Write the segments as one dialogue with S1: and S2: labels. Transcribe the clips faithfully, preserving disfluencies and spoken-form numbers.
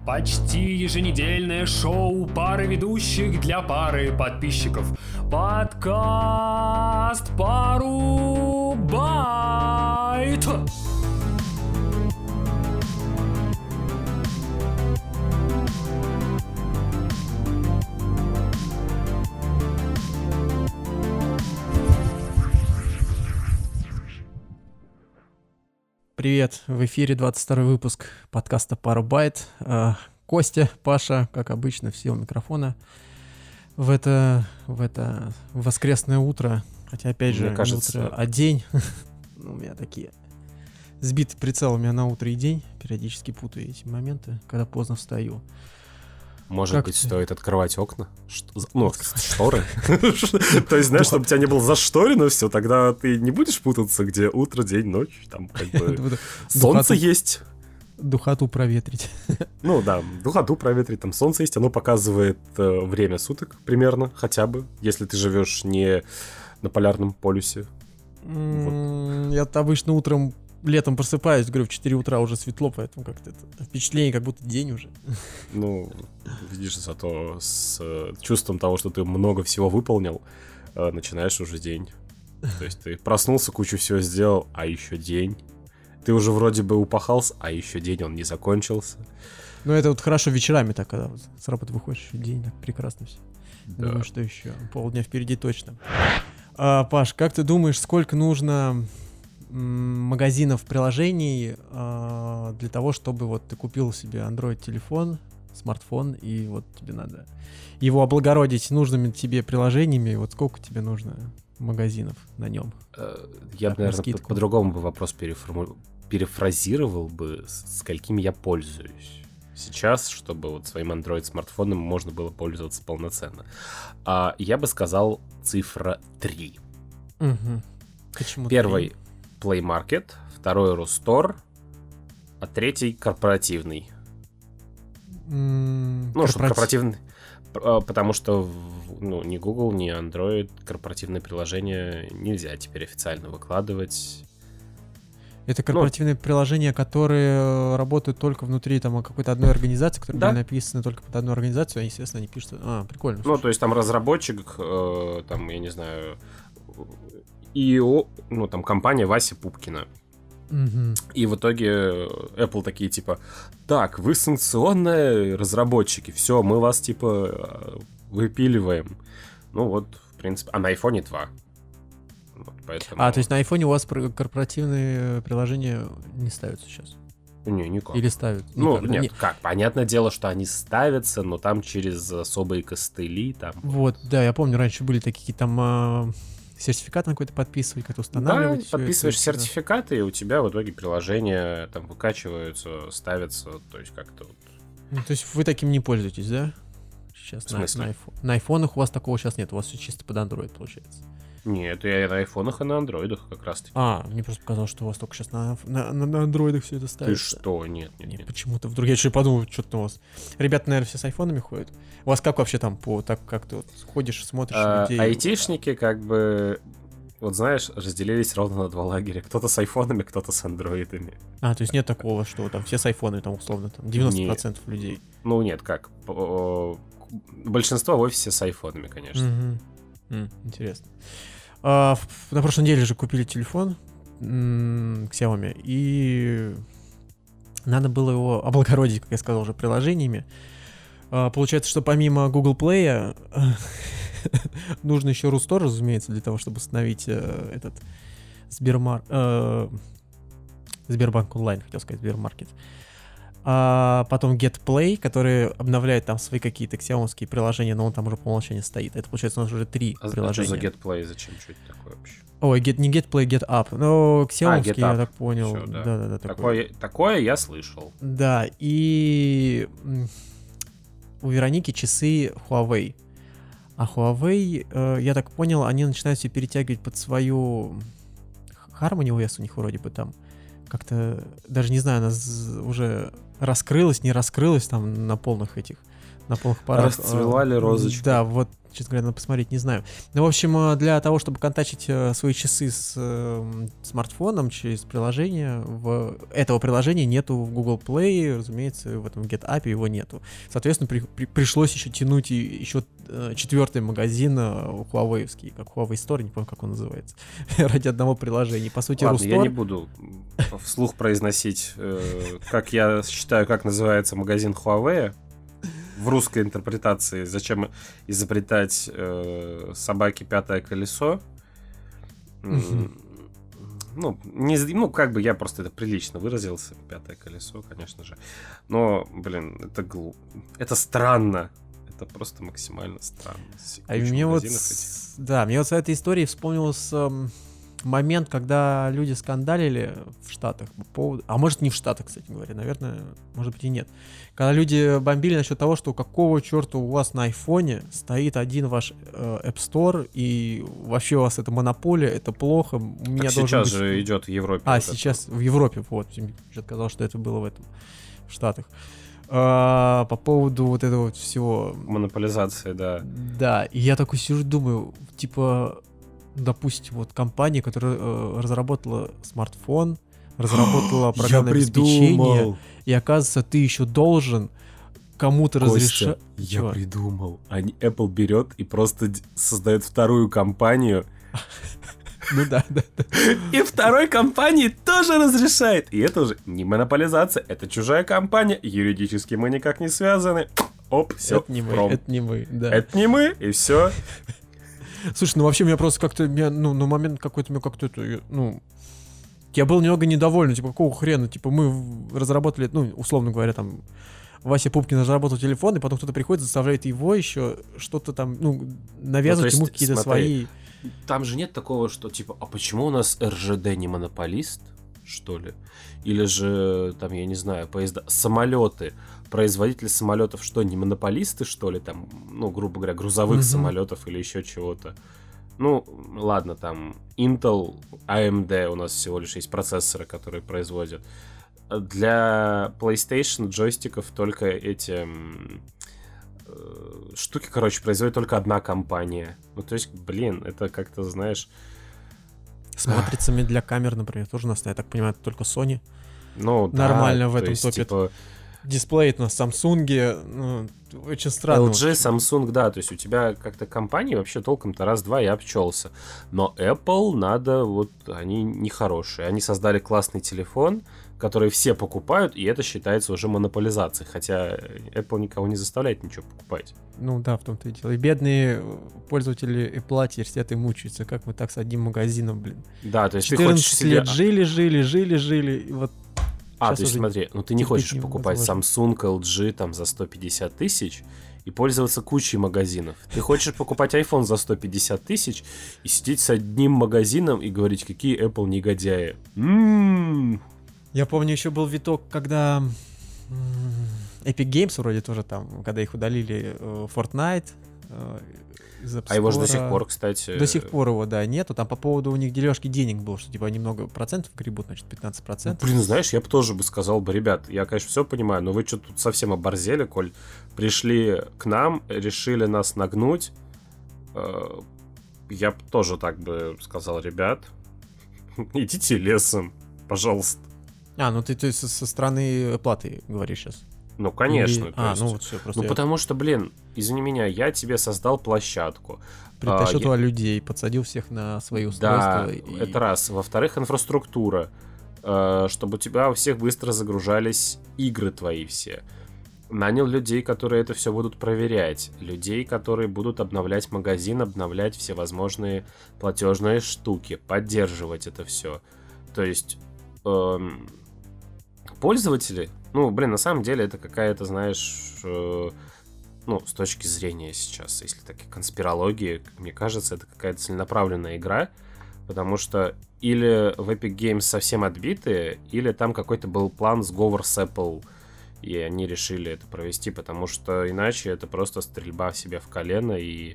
S1: Почти еженедельное шоу пары ведущих для пары подписчиков. Подкаст Парубайт.
S2: Привет, в эфире двадцать второй выпуск подкаста Парубайт. Костя, Паша, как обычно, все у микрофона. В это, в это воскресное утро, хотя опять же
S3: Мне
S2: не
S3: кажется...
S2: утро, а день. У меня такие сбитый прицел у меня на утро и день. Периодически путаю эти моменты, когда поздно встаю.
S3: Может
S2: как
S3: быть,
S2: ты?
S3: стоит открывать окна? Ну, шторы. То есть, знаешь, чтобы у тебя не было зашторено все, тогда ты не будешь путаться, где утро, день, ночь, там как бы солнце есть.
S2: Духоту проветрить.
S3: Ну да, духоту проветрить, там солнце есть, оно показывает время суток примерно, хотя бы, если ты живешь не на полярном полюсе.
S2: Я обычно утром летом просыпаюсь, говорю, в четыре утра уже светло, поэтому как-то это впечатление, как будто день уже.
S3: Ну, видишь, зато с чувством того, что ты много всего выполнил, начинаешь уже день. То есть ты проснулся, кучу всего сделал, а еще день. Ты уже вроде бы упахался, а еще день он не закончился.
S2: Ну, это вот хорошо вечерами так, когда вот с работы выходишь, еще день, так прекрасно все.
S3: Да.
S2: Думаю, что еще полдня впереди точно. А, Паш, как ты думаешь, сколько нужно магазинов приложений э, для того, чтобы вот ты купил себе Android-телефон, смартфон, и вот тебе надо его облагородить нужными тебе приложениями, вот сколько тебе нужно магазинов на нем?
S3: Я
S2: так,
S3: бы, наверное, по- по-другому бы вопрос переформу... перефразировал бы, с какими я пользуюсь сейчас, чтобы вот своим Android-смартфоном можно было пользоваться полноценно. А я бы сказал цифра три.
S2: Угу. Почему
S3: Первый
S2: три?
S3: Play Market, второй Рустор, а третий корпоративный.
S2: М-
S3: Ну, что
S2: корпоратив-
S3: корпоративный, п- потому что в- ну, ни Google, ни Android корпоративные приложения нельзя теперь официально выкладывать.
S2: Это корпоративные ну, приложения, которые работают только внутри там какой-то одной организации, которые
S3: да.
S2: были написаны только под одну организацию, а, естественно, они пишут... А, прикольно.
S3: Ну,
S2: слушай.
S3: то есть там разработчик, э, там, я не знаю, и ну, там компания Васи Пупкина.
S2: Угу.
S3: И в итоге Apple такие, типа, так, вы санкционные разработчики, все, мы вас, типа, выпиливаем. Ну вот, в принципе, а на айфоне два. Вот, поэтому...
S2: А, то есть на айфоне у вас корпоративные приложения не ставятся сейчас?
S3: Не, никак.
S2: Или ставят?
S3: Ну,
S2: Никак.
S3: нет,
S2: Не...
S3: как, понятное дело, что они ставятся, но там через особые костыли, там...
S2: Вот, да, я помню, раньше были такие там... А... сертификат на какой-то подписывать, как-то устанавливать.
S3: Да, подписываешь
S2: это,
S3: сертификаты, да. И у тебя в итоге приложения там выкачиваются, ставятся, то есть как-то вот...
S2: Ну, то есть вы таким не пользуетесь, да? Сейчас
S3: в смысле?
S2: На, на, айфон. На айфонах у вас такого сейчас нет, у вас все чисто под Android получается.
S3: Нет, я на айфонах и на андроидах как раз-таки.
S2: А, мне просто показалось, что у вас только сейчас на, на, на, на андроидах все это ставится.
S3: Ты что? Нет, нет,
S2: нет.
S3: нет.
S2: Почему-то вдруг я еще и подумал, что-то у вас... Ребята, наверное, все с айфонами ходят. У вас как вообще там по... Так как ты вот ходишь, смотришь
S3: А,
S2: людей...
S3: айтишники как бы... Вот знаешь, разделились ровно на два лагеря. Кто-то с айфонами, кто-то с андроидами.
S2: А, то есть нет такого, что там все с айфонами, там условно там девяносто процентов нет. людей.
S3: Ну нет, как? Большинство в офисе с айфонами, конечно.
S2: Угу. М, интересно. А, в, на прошлой неделе же купили телефон м- Xiaomi, и надо было его облагородить, как я сказал, уже приложениями. А, получается, что помимо Google Play нужно еще Рустор, разумеется, для того, чтобы установить э, этот Сбермар... э, Сбербанк онлайн, хотел сказать, Сбермаркет. А потом GetPlay, который обновляет там свои какие-то xiaomi-ские приложения, но он там уже по умолчанию стоит. Это, получается, у нас уже три
S3: а,
S2: приложения.
S3: А что за GetPlay? Зачем? Что это такое вообще?
S2: Ой, get, не GetPlay, GetUp. Но xiaomi-ские,
S3: а,
S2: я так понял.
S3: Всё, да.
S2: Да, да, да,
S3: такое,
S2: такое.
S3: такое я слышал.
S2: Да, и у Вероники часы Huawei. А Huawei, э, я так понял, они начинают все перетягивать под свою Harmony о эс у них вроде бы там. Как-то, даже не знаю, она з- уже раскрылась, не раскрылась там на полных этих, на полных парах.
S3: Расцвела ли розочка?
S2: Да, вот честно говоря, надо посмотреть, не знаю. Ну, в общем, для того, чтобы контачить свои часы с э, смартфоном через приложение, в... этого приложения нету в Google Play, разумеется, в этом GetApp его нету. Соответственно, при... При... пришлось еще тянуть и еще э, четвертый магазин э, Huawei-овский, как Huawei Store, не помню, как он называется, ради одного приложения. По сути,
S3: Ладно,
S2: Рустор...
S3: я не буду вслух произносить, э, как я считаю, как называется магазин Huawei в русской интерпретации. Зачем изобретать э, собаке пятое колесо? Mm-hmm. Ну, не, ну, как бы я просто это прилично выразился. Пятое колесо, конечно же. Но, блин, это глупо. Это странно. Это просто максимально странно.
S2: А мне вот, да, мне вот с этой историей вспомнилось эм, момент, когда люди скандалили в Штатах по поводу... А может, не в Штатах, кстати говоря, наверное, может быть и нет. Когда люди бомбили насчет того, что какого черта у вас на айфоне стоит один ваш э, App Store, и вообще у вас это монополия, это плохо. У меня
S3: так сейчас
S2: быть...
S3: же идет в Европе.
S2: А,
S3: вот
S2: сейчас
S3: это.
S2: В Европе, вот. Я сказал, что это было в этом, в Штатах. А, по поводу вот этого вот всего...
S3: Монополизации, да.
S2: Да, и я такой сижу, думаю, типа, допустим, вот компания, которая э, разработала смартфон, разработала программное обеспечение, и оказывается, ты еще должен кому-то разрешать...
S3: Я Чего? придумал. Они, Apple берет и просто создает вторую компанию.
S2: Ну да, да, да.
S3: И второй компании тоже разрешает. И это уже не монополизация, это чужая компания. Юридически мы никак не связаны. Оп, все.
S2: Это не мы, это не мы, да.
S3: Это не мы, и все.
S2: Слушай, ну вообще меня просто как-то, меня, ну, на момент какой-то, меня как-то это, ну... Я был немного недоволен, типа, какого хрена, типа, мы разработали, ну, условно говоря, там, Вася Пупкин разработал телефон, и потом кто-то приходит, заставляет его еще что-то там, ну, навязывать ну, ему какие-то смотри, свои...
S3: Там же нет такого, что, типа, а почему у нас эр жэ дэ не монополист, что ли? Или же, там, я не знаю, поезда... Самолеты. Производители самолетов что, не монополисты, что ли? Там, ну, грубо говоря, грузовых mm-hmm. самолетов или еще чего-то. Ну, ладно, там Intel, эй эм ди у нас всего лишь есть процессоры, которые производят. Для PlayStation джойстиков только эти э, штуки, короче, производит только одна компания. Ну, то есть, блин, это как-то, знаешь...
S2: С матрицами для камер, например, тоже у нас, я так понимаю, только Sony.
S3: Ну,
S2: нормально
S3: да,
S2: в этом
S3: есть,
S2: топит.
S3: Типа...
S2: Дисплей на Samsung, ну, очень странно.
S3: эл джи, Samsung, да, то есть у тебя как-то компании вообще толком-то раз-два я обчелся. Но Apple надо, вот, они нехорошие. Они создали классный телефон, который все покупают, и это считается уже монополизацией. Хотя Apple никого не заставляет ничего покупать.
S2: Ну да, в том-то и дело. И бедные пользователи Apple теперь сидят и мучаются. Как мы так с одним магазином, блин.
S3: Да, то есть ты
S2: четырнадцать
S3: хочешь
S2: лет
S3: себе...
S2: жили, жили, жили, жили, и вот...
S3: А, то есть смотри, ну ты не хочешь покупать Samsung, эл джи там за сто пятьдесят тысяч и пользоваться кучей магазинов. Ты хочешь покупать iPhone за сто пятьдесят тысяч и сидеть с одним магазином и говорить, какие Apple негодяи. М-м-м.
S2: Я помню, еще был виток, когда Epic Games вроде тоже там, когда их удалили, Fortnite из App Store.
S3: А его же до сих пор, кстати...
S2: До сих пор его, да, нету. Там по поводу у них дележки денег было, что типа они много процентов гребут, значит, пятнадцать процентов.
S3: Ну, блин, знаешь, я бы тоже бы сказал бы, ребят, я, конечно, все понимаю, но вы что тут совсем оборзели, коль пришли к нам, решили нас нагнуть. Я бы тоже так бы сказал, ребят, идите лесом, пожалуйста.
S2: А, ну ты, ты со, со стороны платы говоришь сейчас.
S3: Ну, конечно.
S2: Или... А,
S3: есть...
S2: ну вот все, просто...
S3: Ну,
S2: я...
S3: потому что, блин, извини меня, я тебе создал площадку.
S2: Притащил
S3: а,
S2: туда
S3: я...
S2: людей, подсадил всех на свои устройства.
S3: Да,
S2: и...
S3: это раз. Во-вторых, инфраструктура. Чтобы у тебя у всех быстро загружались игры твои все. Нанял людей, которые это все будут проверять. Людей, которые будут обновлять магазин, обновлять всевозможные платежные штуки, поддерживать это все. То есть... Эм... Пользователи, ну, блин, на самом деле это какая-то, знаешь, э, ну, с точки зрения сейчас, если так и конспирологии, мне кажется, это какая-то целенаправленная игра, потому что или в Epic Games совсем отбитые, или там какой-то был план, сговор с Apple, и они решили это провести, потому что иначе это просто стрельба в себя в колено, и,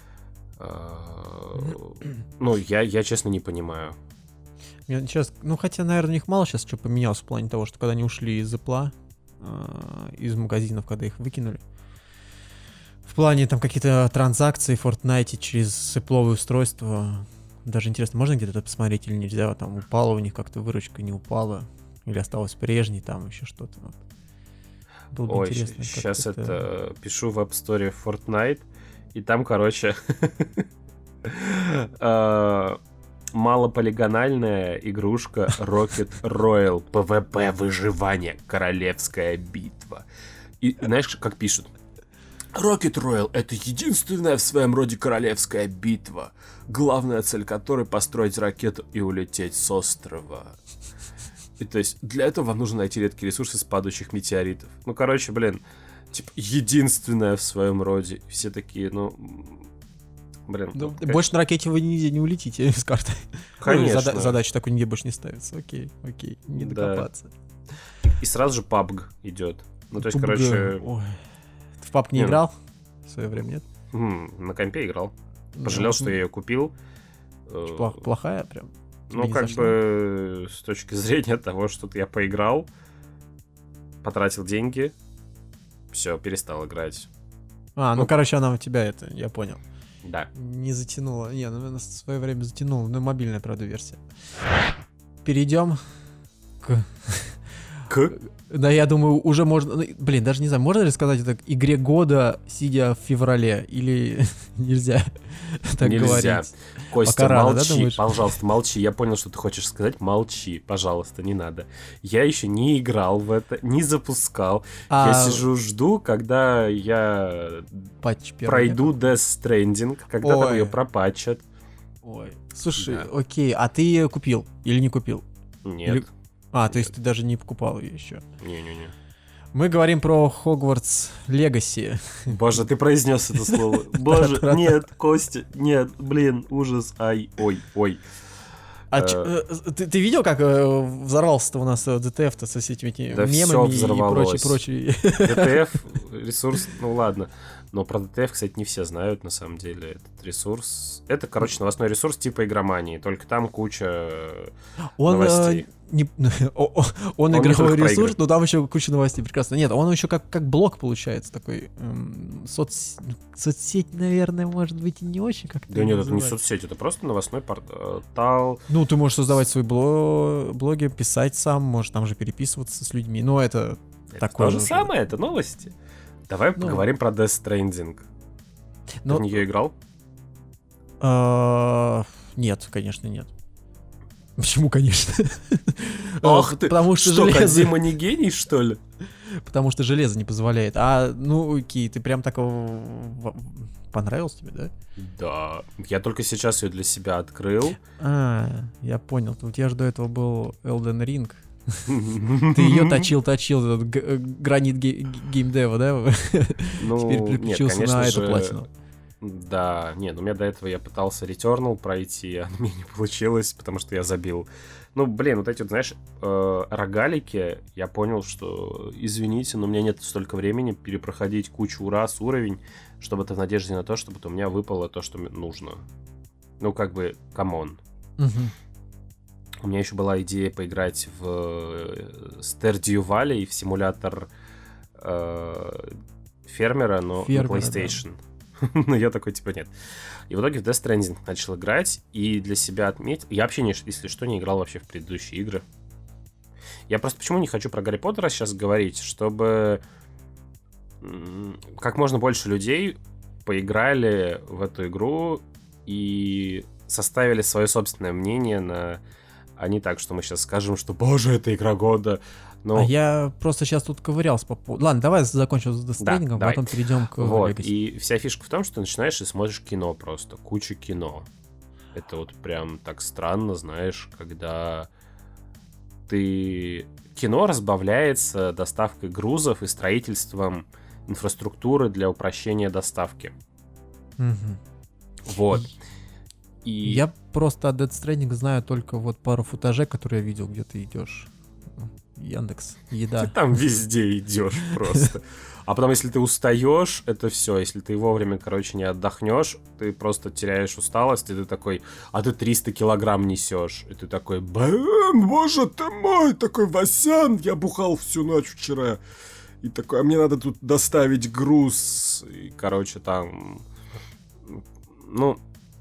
S3: э, ну, я, я честно не понимаю.
S2: Сейчас, ну, хотя, наверное, у них мало сейчас что поменялось в плане того, что когда они ушли из Apple, э, из магазинов, когда их выкинули, В плане там какие-то транзакции в Fortnite через Apple устройство. Даже интересно, можно где-то это посмотреть или нельзя? Там упала у них как-то выручка, не упала? Или осталась прежней, там еще что-то. Было бы
S3: Ой,
S2: интересно.
S3: сейчас
S2: это...
S3: это... Пишу в App Store Fortnite, и там, короче... малополигональная игрушка Rocket Royale. PvP выживание. Королевская битва. И знаешь, как пишут? Rocket Royale — это единственная в своем роде королевская битва, главная цель которой — построить ракету и улететь с острова. И то есть для этого вам нужно найти редкие ресурсы с падающих метеоритов. Ну, короче, блин, типа, единственная в своем роде. Все такие, ну... Блин.
S2: Ну,
S3: как...
S2: Больше на ракете вы нигде не улетите с карты.
S3: Конечно.
S2: Ну, зада- задача такой нигде больше не ставится. Окей, окей, не докопаться.
S3: Да. И сразу же пабг идет. Ну, то есть, пабг... короче...
S2: Ой. Ты в пабг не, не играл? В свое время, нет?
S3: М-м, на компе играл. Пожалел, ну, что я ее купил.
S2: Плох- плохая прям?
S3: Ну, как зашло? Бы с точки зрения того, что я поиграл, потратил деньги, все, перестал играть.
S2: А, ну, ну, короче, она у тебя это, я понял.
S3: Да.
S2: Не затянула. Не, ну, в свое время затянула. Ну, мобильная, правда, версия. Перейдем к...
S3: К?
S2: Да, я думаю, уже можно... Блин, даже не знаю, можно ли сказать это игре года, сидя в феврале? Или нельзя так
S3: нельзя.
S2: говорить?
S3: Костя,
S2: Пока
S3: молчи,
S2: рано, да,
S3: пожалуйста, молчи. Я понял, что ты хочешь сказать. Молчи, пожалуйста, не надо. Я еще не играл в это, не запускал. А... Я сижу, жду, когда я пройду Death Stranding, когда Ой. там ее пропатчат.
S2: Ой, слушай, да. окей, а ты ее купил или не купил?
S3: Нет. Или...
S2: А,
S3: Нет.
S2: то есть ты даже не покупал ее еще?
S3: Не-не-не.
S2: Мы говорим про Hogwarts Legacy.
S3: Боже, ты произнес это слово. Боже, нет, Костя, нет, блин, ужас, ай, ой, ой.
S2: А ты видел, как взорвался-то у нас ди ти эф-то со всеми этими мемами и прочей-прочей?
S3: ди ти эф ресурс, ну ладно. Но про ди ти эф, кстати, не все знают, на самом деле, этот ресурс. Это, короче, новостной ресурс типа игромании, только там куча
S2: он,
S3: новостей.
S2: Э, не, он, он игровой ресурс, но там еще куча новостей, прекрасно. Нет, он еще как, как блог получается, такой эм, соц, соцсеть, наверное, может быть, и не очень как-то.
S3: Да нет, это не соцсеть, это просто новостной портал.
S2: Ну, ты можешь создавать свои блог, блоги, писать сам, можешь там же переписываться с людьми, но это,
S3: это
S2: такое
S3: то же самое, это новости. Давай ну, поговорим про Death Stranding. Но... Ты в нее играл?
S2: А, нет, конечно, нет. Почему, конечно?
S3: Ах ты, потому что, что железо... Кодзима не гений, что ли?
S2: Потому что железо не позволяет. А, ну, окей, ты прям так понравился тебе, да?
S3: Да, я только сейчас ее для себя открыл.
S2: А, я понял. У тебя же до этого был Elden Ring. Ты ее точил-точил, этот гранит геймдева, да?
S3: Ну,
S2: теперь переключился
S3: нет,
S2: на
S3: же...
S2: эту платину.
S3: Да, нет, у меня до этого я пытался Returnal пройти, а мне не получилось, потому что я забил. Ну, блин, вот эти вот, знаешь, э, рогалики, я понял, что, извините, но у меня нет столько времени перепроходить кучу раз уровень, чтобы это в надежде на то, чтобы у меня выпало то, что нужно. Ну, как бы, камон.
S2: Угу.
S3: У меня еще была идея поиграть в Stardew Valley, в симулятор э, фермера, но
S2: Фермера,
S3: на PlayStation. Да. Но я такой, типа, нет. И в итоге в Death Stranding начал играть, и для себя отметил... Я вообще, не, если что, не играл вообще в предыдущие игры. Я просто почему не хочу про Гарри Поттера сейчас говорить, чтобы как можно больше людей поиграли в эту игру и составили свое собственное мнение на... А не так, что мы сейчас скажем, что, боже, это игра года. Но...
S2: А я просто сейчас тут ковырялся по поводу... Ладно, давай закончим с Death Stranding, да, потом перейдем к
S3: вот,
S2: Legacy.
S3: И вся фишка в том, что ты начинаешь и смотришь кино просто, кучу кино. Это вот прям так странно, знаешь, когда ты... Кино разбавляется доставкой грузов и строительством инфраструктуры для упрощения доставки.
S2: Угу.
S3: Вот. И...
S2: Я просто от Death Stranding знаю только вот пару футажей, которые я видел, где ты идешь. Яндекс, еда.
S3: Ты там везде идешь просто. А потом, если ты устаешь, это все. Если ты вовремя, короче, не отдохнешь, ты просто теряешь усталость, и ты такой, а ты триста килограмм несешь. И ты такой, блин, боже ты мой, такой Васян, я бухал всю ночь вчера. И такой, а мне надо тут доставить груз. И, короче, там... Ну...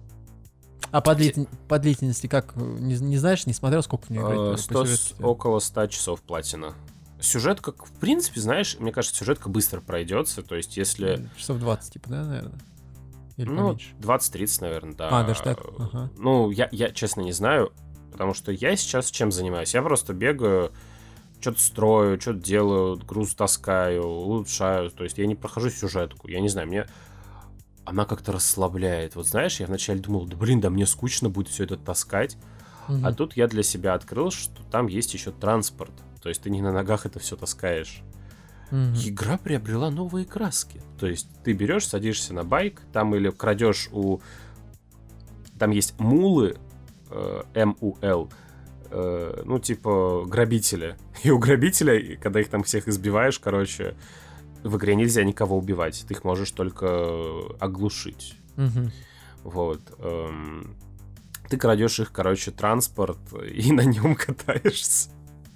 S2: А по, длитель... по длительности как? Не, не знаешь, не смотрел, сколько в нее играть?
S3: сто, около ста часов платина. Сюжетка, в принципе, знаешь, мне кажется, сюжетка быстро пройдется. То есть, если...
S2: Часов двадцать, типа, да, наверное? Или
S3: ну,
S2: поменьше?
S3: двадцать-тридцать, наверное, да.
S2: А, даже так? Ага.
S3: Ну, я, я, честно, не знаю, потому что я сейчас чем занимаюсь? Я просто бегаю, что-то строю, что-то делаю, груз таскаю, улучшаю. То есть я не прохожу сюжетку. Я не знаю, мне... Она как-то расслабляет. Вот знаешь, я вначале думал, да блин, да мне скучно будет все это таскать. Угу. А тут я для себя открыл, что там есть еще транспорт. То есть ты не на ногах это все таскаешь. Угу. Игра приобрела новые краски. То есть ты берешь, садишься на байк, там или крадешь у... Там есть мулы, э, эм ю эл, э, ну типа грабители. И у грабителя, когда их там всех избиваешь, короче... В игре нельзя никого убивать, ты их можешь только оглушить.
S2: Угу.
S3: Вот. Эм, ты крадешь их, короче, транспорт и на нем катаешься.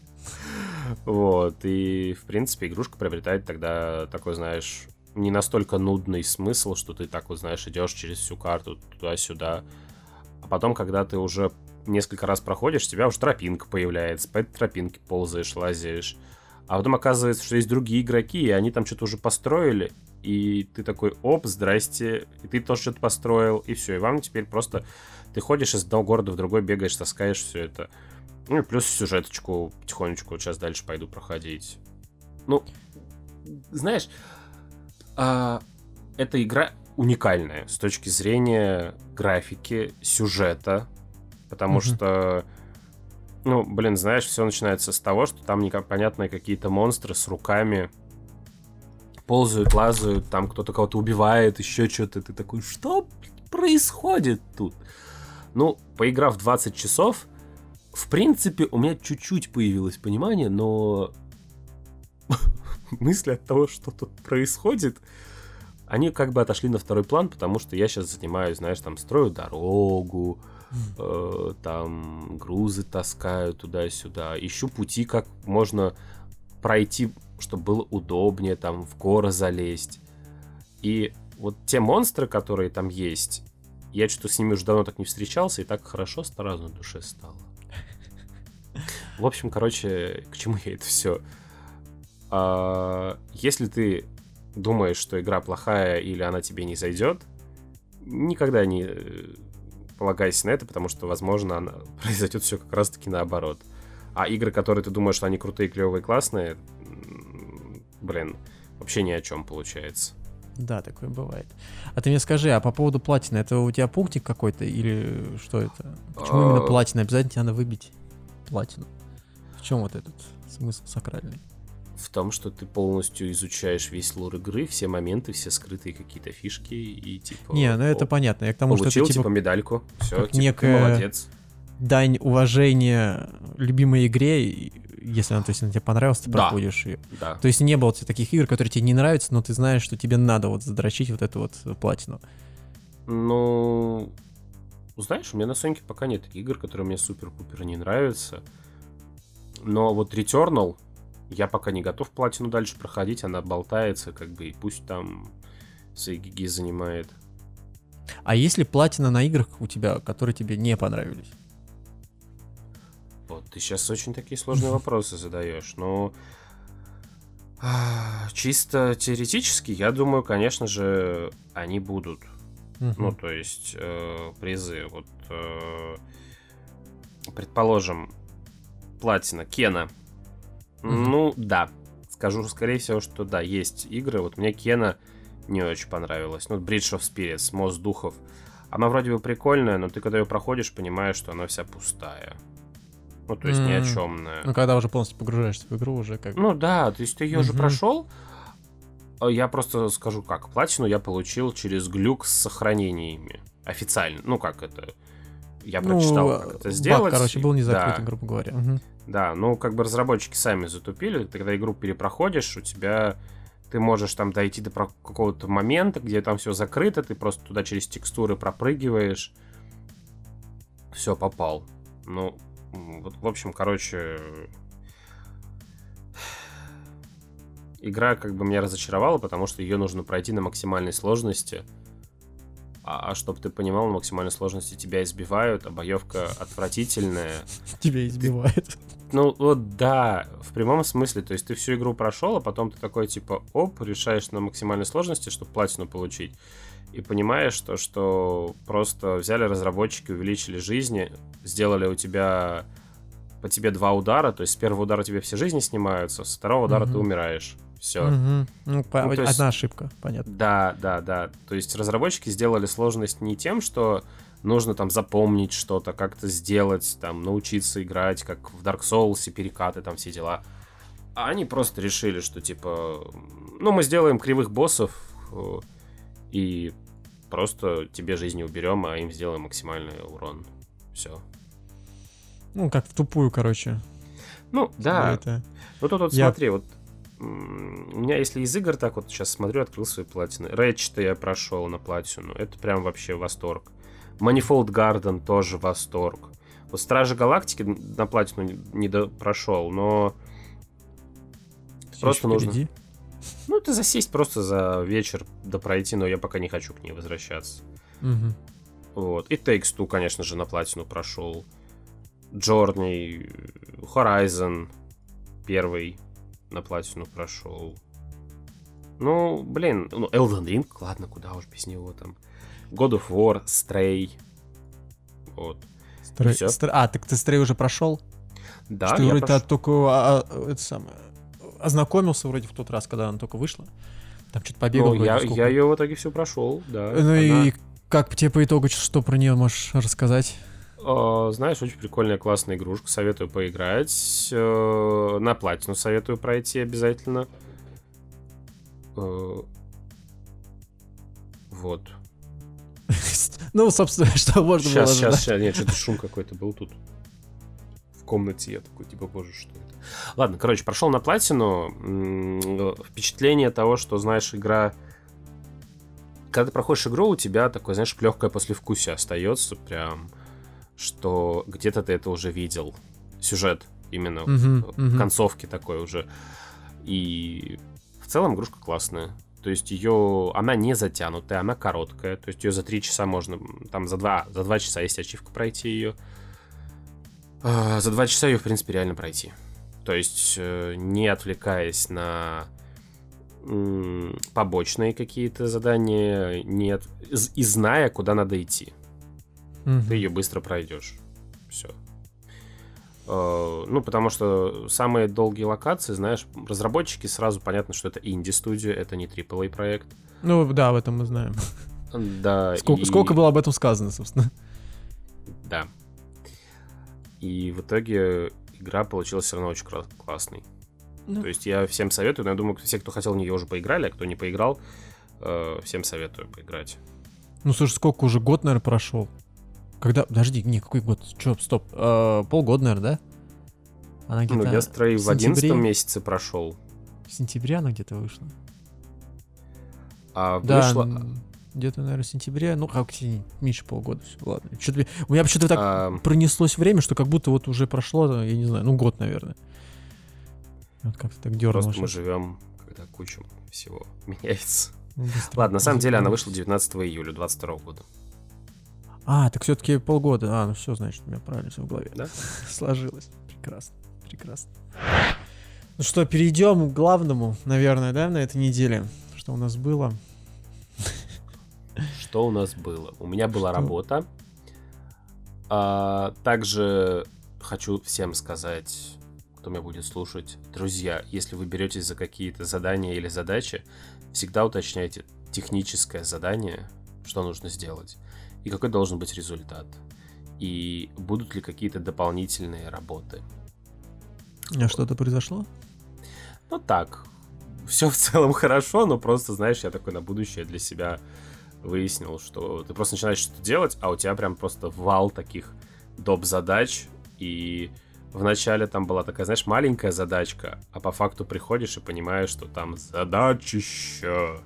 S3: Вот. И, в принципе, игрушка приобретает тогда такой, знаешь, не настолько нудный смысл, что ты так вот, знаешь, идешь через всю карту туда-сюда. А потом, когда ты уже несколько раз проходишь, у тебя уже тропинка появляется, по этой тропинке ползаешь, лазаешь. А потом оказывается, что есть другие игроки, и они там что-то уже построили, и ты такой, оп, здрасте, и ты тоже что-то построил, и все, и вам теперь просто... Ты ходишь из одного города в другой, бегаешь, таскаешь все это. Ну и плюс сюжеточку потихонечку вот сейчас дальше пойду проходить. Ну, знаешь, а, эта игра уникальная с точки зрения графики, сюжета, потому mm-hmm. что... Ну, блин, знаешь, все начинается с того, что там непонятные какие-то монстры с руками ползают, лазают, там кто-то кого-то убивает, еще что-то. Ты такой, что происходит тут? Ну, поиграв двадцать часов, в принципе, у меня чуть-чуть появилось понимание, но мысли от того, что тут происходит, они как бы отошли на второй план, потому что я сейчас занимаюсь, знаешь, там, строю дорогу, Э, там грузы таскаю туда-сюда, ищу пути, как можно пройти, чтобы было удобнее, там в горы залезть. И вот те монстры, которые там есть, я что-то с ними уже давно так не встречался, и так хорошо сразу на душе стало. В общем, короче, к чему я это все? А, если ты думаешь, что игра плохая или она тебе не зайдет, никогда не полагайся на это, потому что, возможно, она... произойдет все как раз-таки наоборот. А игры, которые ты думаешь, что они крутые, клевые, классные, блин, вообще ни о чем получается.
S2: Да, такое бывает. А ты мне скажи, а по поводу платины, это у тебя пунктик какой-то или что это? Почему именно платина? Обязательно тебе надо выбить платину. В чем вот этот смысл сакральный?
S3: В том, что ты полностью изучаешь весь лор игры, все моменты, все скрытые какие-то фишки и типа...
S2: Не, ну это
S3: оп,
S2: понятно. Я к тому,
S3: получил,
S2: что это
S3: типа, медальку, все,
S2: как
S3: типа,
S2: некая
S3: ты молодец.
S2: Дань уважения любимой игре, если она, то есть, она тебе понравилась, ты
S3: да.
S2: проходишь ее.
S3: Да.
S2: То есть не было у тебя таких игр, которые тебе не нравятся, но ты знаешь, что тебе надо вот задрочить вот эту вот платину.
S3: Ну, знаешь, у меня на Соньке пока нет таких игр, которые мне супер-пупер не нравятся. Но вот Returnal я пока не готов платину дальше проходить, она болтается, как бы, и пусть там свои гиги занимает.
S2: А есть ли платина на играх у тебя, которые тебе не понравились?
S3: Вот, ты сейчас очень такие сложные вопросы задаешь, но чисто теоретически, я думаю, конечно же, они будут. Ну, то есть, э, призы. Вот, э, предположим, платина Кена. Mm-hmm. Ну, да. Скажу, скорее всего, что да, есть игры. Вот мне Кена не очень понравилась. Ну, Bridge of Spirits, Мост Духов. Она вроде бы прикольная, но ты, когда ее проходишь, понимаешь, что она вся пустая. Ну, то есть mm-hmm. ни о чемная.
S2: Ну, когда уже полностью погружаешься в игру, уже как бы...
S3: Ну, да, то есть ты ее mm-hmm. уже прошел. Я просто скажу как. Платину я получил через глюк с сохранениями. Официально. Ну, как это... Я прочитал, ну, как это сделать.
S2: Баг, короче, был не закрытый, да. грубо говоря. Угу.
S3: Да, ну, как бы разработчики сами затупили. Ты когда игру перепроходишь, у тебя... Ты можешь там дойти до какого-то момента, где там все закрыто, ты просто туда через текстуры пропрыгиваешь. Все, попал. Ну, вот, в общем, короче... игра как бы меня разочаровала, потому что ее нужно пройти на максимальной сложности. А, а чтобы ты понимал, на максимальной сложности тебя избивают, а боевка отвратительная.
S2: Тебя избивает.
S3: Ну вот да, в прямом смысле. То есть ты всю игру прошел, а потом ты такой типа оп, решаешь на максимальной сложности, чтобы платину получить. И понимаешь, то, что просто взяли разработчики, увеличили жизни, сделали у тебя по тебе два удара, то есть с первого удара тебе все жизни снимаются, с второго удара
S2: Мгм.
S3: ты умираешь. Все.
S2: Мгм. Ну, по-
S3: Ну, то
S2: одна
S3: есть-
S2: ошибка, понятно.
S3: Да, да, да. То есть разработчики сделали сложность не тем, что нужно там запомнить что-то, как-то сделать, там, научиться играть, как в Dark Souls, перекаты, там все дела. А они просто решили, что типа, ну, мы сделаем кривых боссов э, и просто тебе жизни уберем, а им сделаем максимальный урон. Все.
S2: Ну, как в тупую, короче.
S3: Ну, да.
S2: Это...
S3: Ну, тут вот
S2: Я-
S3: смотри, вот м, у меня, если из игр так вот сейчас смотрю, открыл свои платины. Ratchet я прошел на платину. Это прям вообще восторг. Manifold Garden тоже восторг. Вот Стражи Галактики на платину не, не до- прошел, но
S2: всё
S3: Просто
S2: ещё
S3: нужно.
S2: впереди.
S3: ну ты засесть просто за вечер да пройти, но я пока не хочу к ней возвращаться.
S2: Мгм.
S3: Вот. И Takes Two, конечно же, на платину прошел. Journey, Horizon первый на платину прошел. Ну, блин, ну, Elden Ring, ладно, куда уж без него там. God of War, Stray. Вот.
S2: Стрей-
S3: всё.
S2: стр- А, так ты Стрей уже прошел?
S3: Да,
S2: Что
S3: я
S2: вроде
S3: прош-
S2: ты только а, а, это самое, ознакомился вроде в тот раз, когда она только вышла. Там что-то побегал.
S3: Ну,
S2: вроде
S3: я,
S2: сколько.
S3: я ее в итоге всю прошел, да.
S2: Ну
S3: Она,
S2: и как тебе по итогу, что про нее можешь рассказать?
S3: э, знаешь, очень прикольная, классная игрушка. Советую поиграть. Э, на платину советую пройти обязательно. Э, вот.
S2: Ну, собственно, что можно было
S3: Сейчас, сейчас,
S2: ожидать.
S3: сейчас. Нет, что-то шум какой-то был тут. В комнате я такой, типа, боже, что это? Ладно, короче, прошел на платину. М, Впечатление того, что, знаешь, игра... Когда ты проходишь игру, у тебя такое, знаешь, легкое послевкусие остается, прям, что где-то ты это уже видел. Сюжет именно
S2: Мгм,
S3: в
S2: мгм.
S3: концовке такой уже. И в целом игрушка классная. То есть ее, она не затянутая, она короткая. То есть ее за три часа можно, там за два, за два часа есть ачивка пройти ее. А, За два часа ее, в принципе, реально пройти. То есть, э, не отвлекаясь на м, побочные какие-то задания, нет, из- и зная, куда надо идти.
S2: Мгм.
S3: Ты ее быстро пройдешь. Все. Ну, потому что самые долгие локации, знаешь, разработчики сразу понятно, что это инди-студия, это не трипл эй проект.
S2: Ну, да, в этом мы знаем.
S3: Да.
S2: Сколько,
S3: и-
S2: сколько было об этом сказано, собственно.
S3: Да. И в итоге игра получилась все равно очень кра- классной.
S2: Ну.
S3: То есть я всем советую, но я думаю, все, кто хотел в нее уже поиграли, а кто не поиграл, э, всем советую поиграть.
S2: Ну, слушай, сколько уже год, наверное, прошел? Когда... Подожди, не, какой год? Че, стоп. Э, полгода, наверное, да? Она
S3: Ну,
S2: где-то
S3: я Stray в
S2: сентябре-
S3: одиннадцатом месяце прошел.
S2: в сентябре она где-то вышла.
S3: А
S2: Да,
S3: вышло...
S2: м, где-то, наверное, в сентябре. Ну, как тебе, меньше полгода. Всё, ладно. Чё-то... У меня почему-то так
S3: а,
S2: пронеслось время, что как будто вот уже прошло, я не знаю, ну, год, наверное. Вот как-то так дернуло.
S3: Просто мы живем, когда куча всего меняется.
S2: Ну,
S3: Ладно, на самом деле она вышла девятнадцатого июля двадцать второго года.
S2: А, так все-таки полгода. А, ну все, значит, у меня правильно все в голове.
S3: Да?
S2: Сложилось. Прекрасно. Прекрасно. Ну что, перейдем к главному, наверное, да, на этой неделе. Что у нас было?
S3: Что у нас было? У меня была
S2: Что?
S3: работа. А, также хочу всем сказать, кто меня будет слушать, друзья, если вы беретесь за какие-то задания или задачи, всегда уточняйте техническое задание, что нужно сделать, и какой должен быть результат, и будут ли какие-то дополнительные работы.
S2: А что-то произошло?
S3: Ну так, все в целом хорошо, но просто, знаешь, я такой на будущее для себя выяснил, что ты просто начинаешь что-то делать, а у тебя прям просто вал таких доп. Задач, и вначале там была такая, знаешь, маленькая задачка, а по факту приходишь и понимаешь, что там задачища.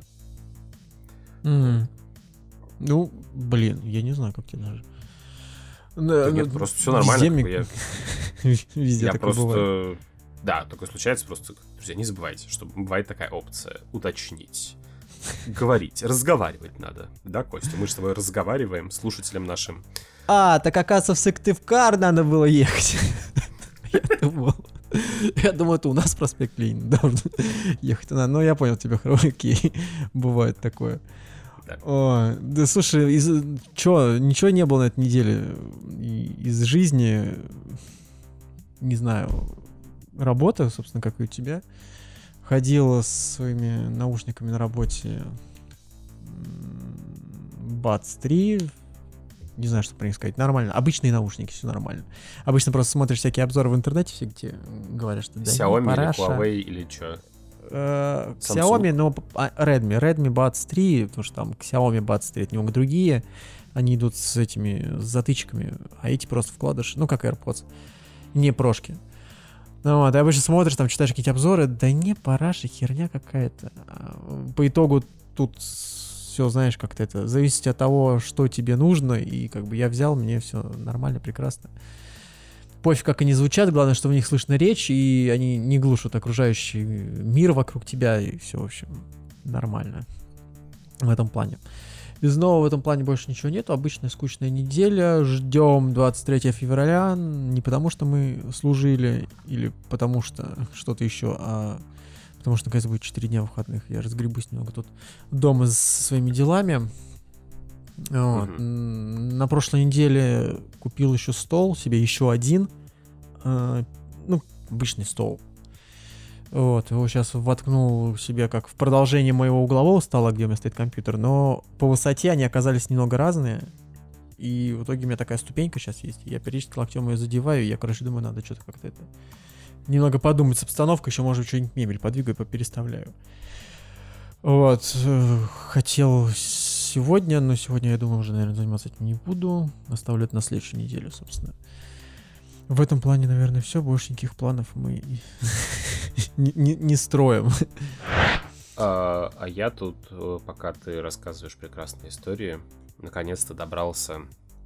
S2: М. Ну, блин, я не знаю, как тебе даже.
S3: Да
S2: Ну,
S3: нет,
S2: ну,
S3: просто все нормально.
S2: Везде,
S3: как бы
S2: мне-
S3: я
S2: везде
S3: я
S2: такое бывает.
S3: просто Да, такое случается просто. Друзья, не забывайте, что бывает такая опция уточнить. Говорить, разговаривать надо. Да, Костя? Мы же с тобой разговариваем слушателям нашим.
S2: А, так оказывается, в Сыктывкар надо было ехать. Я думал, я думал, это у нас проспект Ленина должен ехать туда. Но я понял тебя, окей, бывает такое.
S3: Да.
S2: О, да слушай, из, чё, ничего не было на этой неделе из жизни, не знаю, работа, собственно, как и у тебя. Ходила с своими наушниками на работе Бадс три. Не знаю, что про них сказать. Нормально. Обычные наушники, все нормально. Обычно просто смотришь всякие обзоры в интернете, все где говорят, что да,
S3: Xiaomi
S2: параша.
S3: или Huawei или что?
S2: Э, Xiaomi, но а, Redmi. Redmi Buds три, потому что там Xiaomi Buds три это немного другие. Они идут с этими с затычками, а эти просто вкладыш, ну как AirPods. Не прошки. Ну вот, ты обычно смотришь, там читаешь какие-то обзоры, да не, параша, херня какая-то. По итогу тут все, знаешь, как-то это зависит от того, что тебе нужно, и как бы я взял, мне все нормально, прекрасно. Пофиг, как они звучат, главное, что в них слышно речь, и они не глушат окружающий мир вокруг тебя, и все, в общем, нормально в этом плане. Из нового в этом плане больше ничего нету. Обычная скучная неделя. Ждем двадцать третьего февраля. Не потому, что мы служили или потому, что что-то еще, а потому что, наконец, будет четыре дня выходных. Я разгребусь немного тут дома со своими делами. Вот. Mm-hmm. На прошлой неделе купил еще стол, себе еще один. Э, ну, обычный стол. Вот, его сейчас воткнул себе как в продолжение моего углового стола, где у меня стоит компьютер, но по высоте они оказались немного разные, и в итоге у меня такая ступенька сейчас есть, я периодически локтем ее задеваю, и я, короче, думаю, надо что-то как-то это... Немного подумать с обстановкой, еще, может, что-нибудь мебель подвигаю, попереставляю. Вот, хотел сегодня, но сегодня, я думаю, уже, наверное, заниматься этим не буду, оставлю это на следующую неделю, собственно. В этом плане, наверное, все. Больше никаких планов мы не, не, не строим.
S3: А, а я тут, пока ты рассказываешь прекрасные истории, наконец-то добрался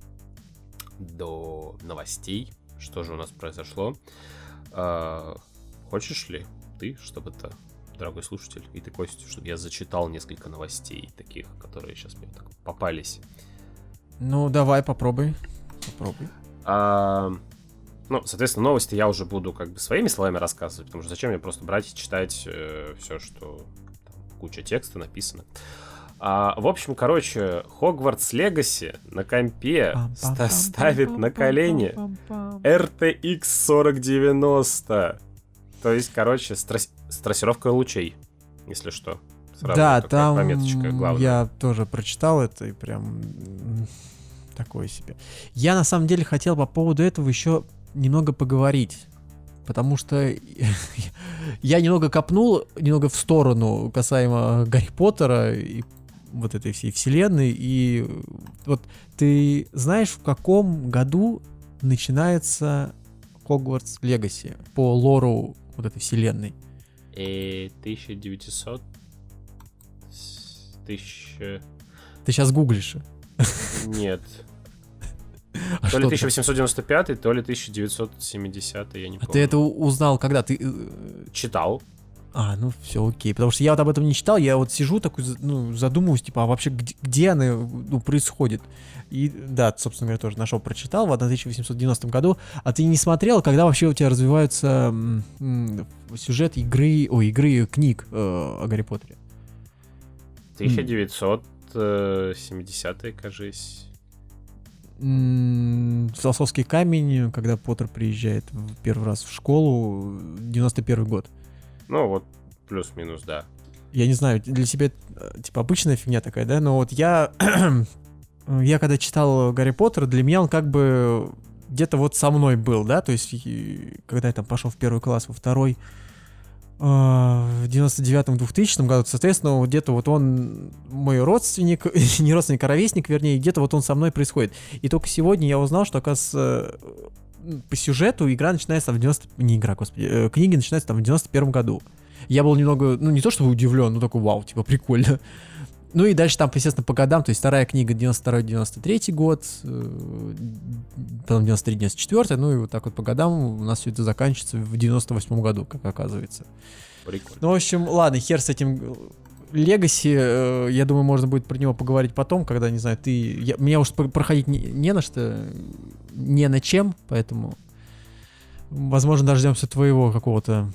S3: до новостей. Что же у нас произошло? А, хочешь ли ты, чтобы это, дорогой слушатель, и ты, Костя, чтобы я зачитал несколько новостей таких, которые сейчас мне так попались?
S2: Ну, давай, попробуй. Попробуй.
S3: А... Ну, соответственно, новости я уже буду как бы своими словами рассказывать, потому что зачем мне просто брать и читать э, все, что там, куча текста написано. А, в общем, короче, Hogwarts Legacy на компе ста- ставит на колени эр ти экс сорок девяносто. То есть, короче, с, трас- с трассировкой лучей, если что. Сразу
S2: да, там я тоже прочитал это и прям такое себе. Я на самом деле хотел по поводу этого еще немного поговорить, потому что я немного копнул, немного в сторону касаемо Гарри Поттера и вот этой всей вселенной, и вот ты знаешь, в каком году начинается Hogwarts Legacy по лору вот этой вселенной?
S3: И тысяча девятьсот... Тысяча...
S2: Ты сейчас гуглишь?
S3: Нет.
S2: А
S3: то ли тысяча восемьсот девяносто пятый, то ли тысяча девятьсот семидесятый, я не
S2: а
S3: помню.
S2: Ты это узнал когда? Ты
S3: читал.
S2: А, ну все окей. Потому что я вот об этом не читал, я вот сижу такой, ну, задумываюсь, типа, а вообще где, где она, ну, происходит? И да, собственно говоря, тоже нашел, прочитал в тысяча восемьсот девяностом году. А ты не смотрел, когда вообще у тебя развиваются м- м- сюжет игры, ой, игры книг э, о Гарри Поттере?
S3: тысяча девятьсот семидесятый, кажись.
S2: Философский камень, когда Поттер приезжает в первый раз в школу, девяносто первый год.
S3: Ну вот, плюс-минус, да.
S2: Я не знаю, для тебя типа обычная фигня такая, да? Но вот я, я когда читал Гарри Поттера, для меня он как бы где-то вот со мной был, да? То есть, когда я там пошел в первый класс, во второй, в девяносто девятом двухтысячном году, соответственно, вот где-то вот он мой родственник, не родственник, а ровесник, вернее, где-то вот он со мной происходит. И только сегодня я узнал, что, оказывается, по сюжету игра начинается там в девяностом... Не игра, господи, книги начинаются там в девяносто первом году. Я был немного, ну не то чтобы удивлен, но такой вау, типа прикольно. Ну и дальше там, естественно, по годам, то есть вторая книга девяносто второй девяносто третий год, потом девяносто третий девяносто четвёртый, ну и вот так вот по годам у нас все это заканчивается в девяносто восьмом году, как оказывается.
S3: Прикольно.
S2: Ну, в общем, ладно, хер с этим Legacy, я думаю, можно будет про него поговорить потом, когда, не знаю, ты... Я, меня уж проходить не, не на что, не на чем, поэтому, возможно, дождемся твоего какого-то...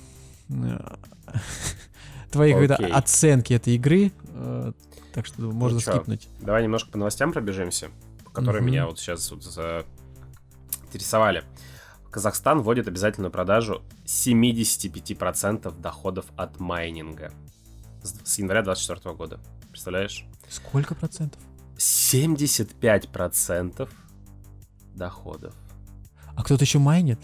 S2: твоей
S3: okay.
S2: какой-то оценки этой игры, так что можно
S3: ну,
S2: скипнуть.
S3: Давай немножко по новостям пробежимся, которые uh-huh. меня вот сейчас вот заинтересовали. Казахстан вводит обязательную продажу семьдесят пять процентов доходов от майнинга с января двадцать четвёртого года. Представляешь?
S2: Сколько процентов?
S3: семьдесят пять процентов доходов.
S2: А кто-то еще майнит?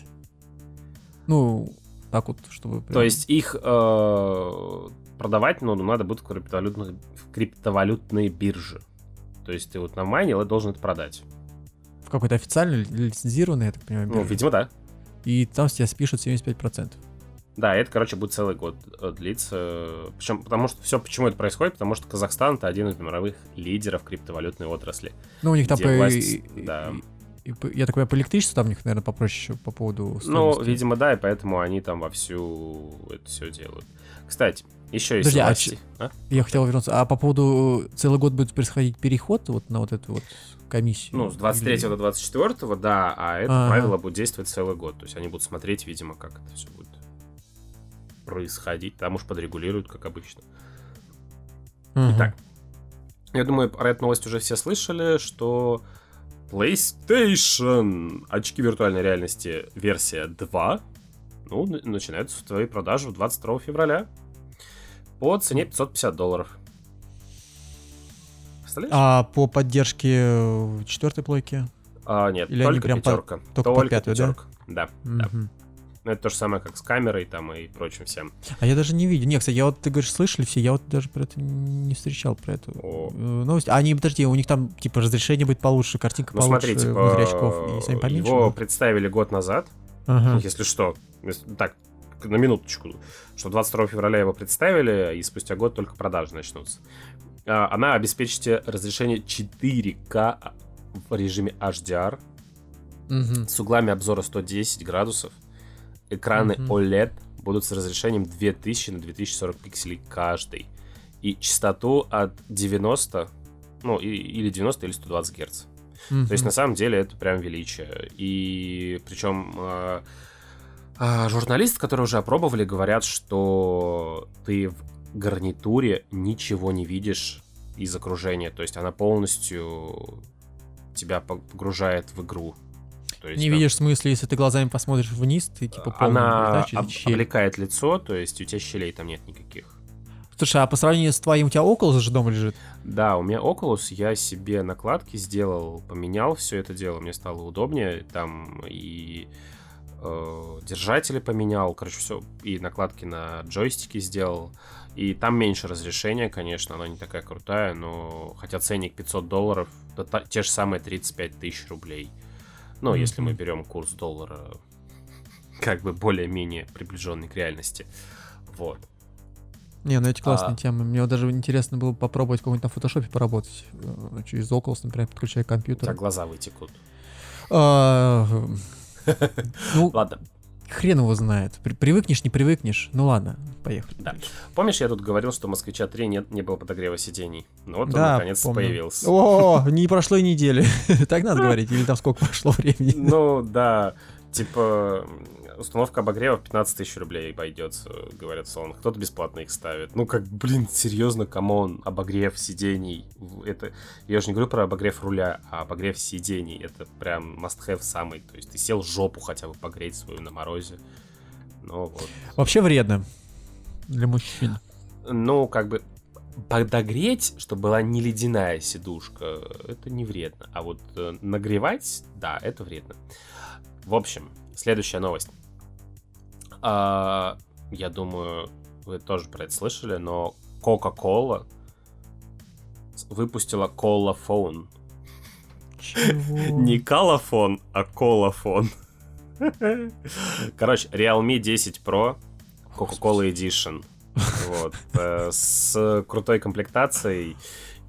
S2: Ну, так вот, чтобы... Прям...
S3: То есть их э, продавать, ну, надо будет в криптовалютных, в криптовалютные биржи. То есть ты вот намайнил и должен это продать.
S2: В какой-то официальный, лицензированный, я так понимаю, бирже?
S3: Ну, видимо, да.
S2: И там с тебя спишут семьдесят пять процентов.
S3: Да, это, короче, будет целый год длиться. Причем, потому что все, почему это происходит? Потому что Казахстан — это один из мировых лидеров криптовалютной отрасли.
S2: Ну, у них там по...
S3: власть...
S2: и,
S3: да.
S2: и, и, я так понимаю, по электричеству там у них, наверное, попроще еще по поводу стоимости.
S3: Ну, видимо, да, и поэтому они там вовсю это все делают. Кстати, еще есть
S2: Подожди,
S3: новости.
S2: А,
S3: а?
S2: Я хотел вернуться. А по поводу целый год будет происходить переход вот на вот эту вот комиссию?
S3: Ну, с двадцать третьего или... до двадцать четвёртого, да, а это
S2: А-а-а.
S3: правило будет действовать целый год. То есть они будут смотреть, видимо, как это все будет происходить. Там уж подрегулируют, как обычно.
S2: Угу.
S3: Итак, я думаю, про эту новость уже все слышали, что PlayStation очки виртуальной реальности версия два, ну, начинают свои продажи двадцать второго февраля по цене пятьсот пятьдесят долларов. Представляешь?
S2: А по поддержке четвертой плойки?
S3: А, нет,
S2: или
S3: только
S2: прям
S3: пятерка.
S2: По... Только, только по пятую,
S3: пятерка. Да? Да,
S2: угу.
S3: да. Ну, это то же самое, как с камерой там и прочим всем.
S2: А я даже не видел. Не, кстати, я вот, ты говоришь, слышали все, я вот даже про это не встречал, про эту
S3: О.
S2: новость. А они, подожди, у них там, типа, разрешение будет получше, картинка
S3: ну,
S2: получше,
S3: смотри, типа,
S2: внутри очков, и сами поменьше.
S3: его
S2: будут?
S3: представили год назад,
S2: Ага.
S3: если что. Если, так, на минуточку. Что двадцать второго февраля его представили, и спустя год только продажи начнутся. А, она обеспечит разрешение четыре ка в режиме эйч ди ар
S2: Угу.
S3: с углами обзора сто десять градусов. Экраны
S2: Мгм.
S3: о лед будут с разрешением две тысячи на две тысячи сорок пикселей каждый. И частоту от девяноста, ну, и, или девяносто, или сто двадцать герц.
S2: Угу.
S3: То есть, на самом деле, это прям величие. И причем э, э, журналисты, которые уже опробовали, говорят, что ты в гарнитуре ничего не видишь из окружения. То есть она полностью тебя погружает в игру. То есть,
S2: Не
S3: как...
S2: видишь в смысле, если ты глазами посмотришь вниз, ты типа полный,
S3: Она
S2: да, через
S3: об-
S2: щель.
S3: облекает лицо, то есть у тебя щелей там нет никаких.
S2: Слушай, а по сравнению с твоим, у тебя Oculus же дома лежит?
S3: Да, у меня Oculus, я себе накладки сделал, поменял все это дело, мне стало удобнее, там и э, держатели поменял, короче, все, и накладки на джойстики сделал, и там меньше разрешения, конечно, она не такая крутая, но хотя ценник пятьсот долларов, то та, те же самые тридцать пять тысяч рублей. Ну, mm-hmm. если мы берем курс доллара как бы более-менее приближенный к реальности, вот.
S2: Не, ну эти классные
S3: А.
S2: темы. Мне вот даже интересно было попробовать в каком-нибудь там фотошопе поработать. э, Через Oculus, например, подключая
S3: У тебя
S2: компьютер.
S3: глаза вытекут.
S2: А, Ну,
S3: Ладно.
S2: хрен его знает. При- Привыкнешь, не привыкнешь. Ну ладно, поехали.
S3: Да. Помнишь, я тут говорил, что у Москвича три нет, не было подогрева сидений? Ну вот он
S2: Да,
S3: наконец-то
S2: помню.
S3: появился.
S2: О, не прошло и недели. Так надо говорить? Или там сколько прошло времени?
S3: Ну да, типа установка обогрева в пятнадцать тысяч рублей обойдется, говорят в салонах. Кто-то бесплатно их ставит. Ну как, блин, серьезно, камон, обогрев сидений. Это, я уже не говорю про обогрев руля, а обогрев сидений. Это прям must-have самый. То есть ты сел жопу хотя бы погреть свою на морозе. Ну вот.
S2: Вообще вредно для мужчин.
S3: Ну, как бы подогреть, чтобы была не ледяная сидушка, это не вредно. А вот э, нагревать, да, это вредно. В общем, следующая новость. А, я думаю, вы тоже про это слышали, но Coca-Cola выпустила Cola Phone.
S2: Чего?
S3: Не Colaphone, а Cola Phone. Короче, Realme десять Pro Coca-Cola Edition. Вот. С крутой комплектацией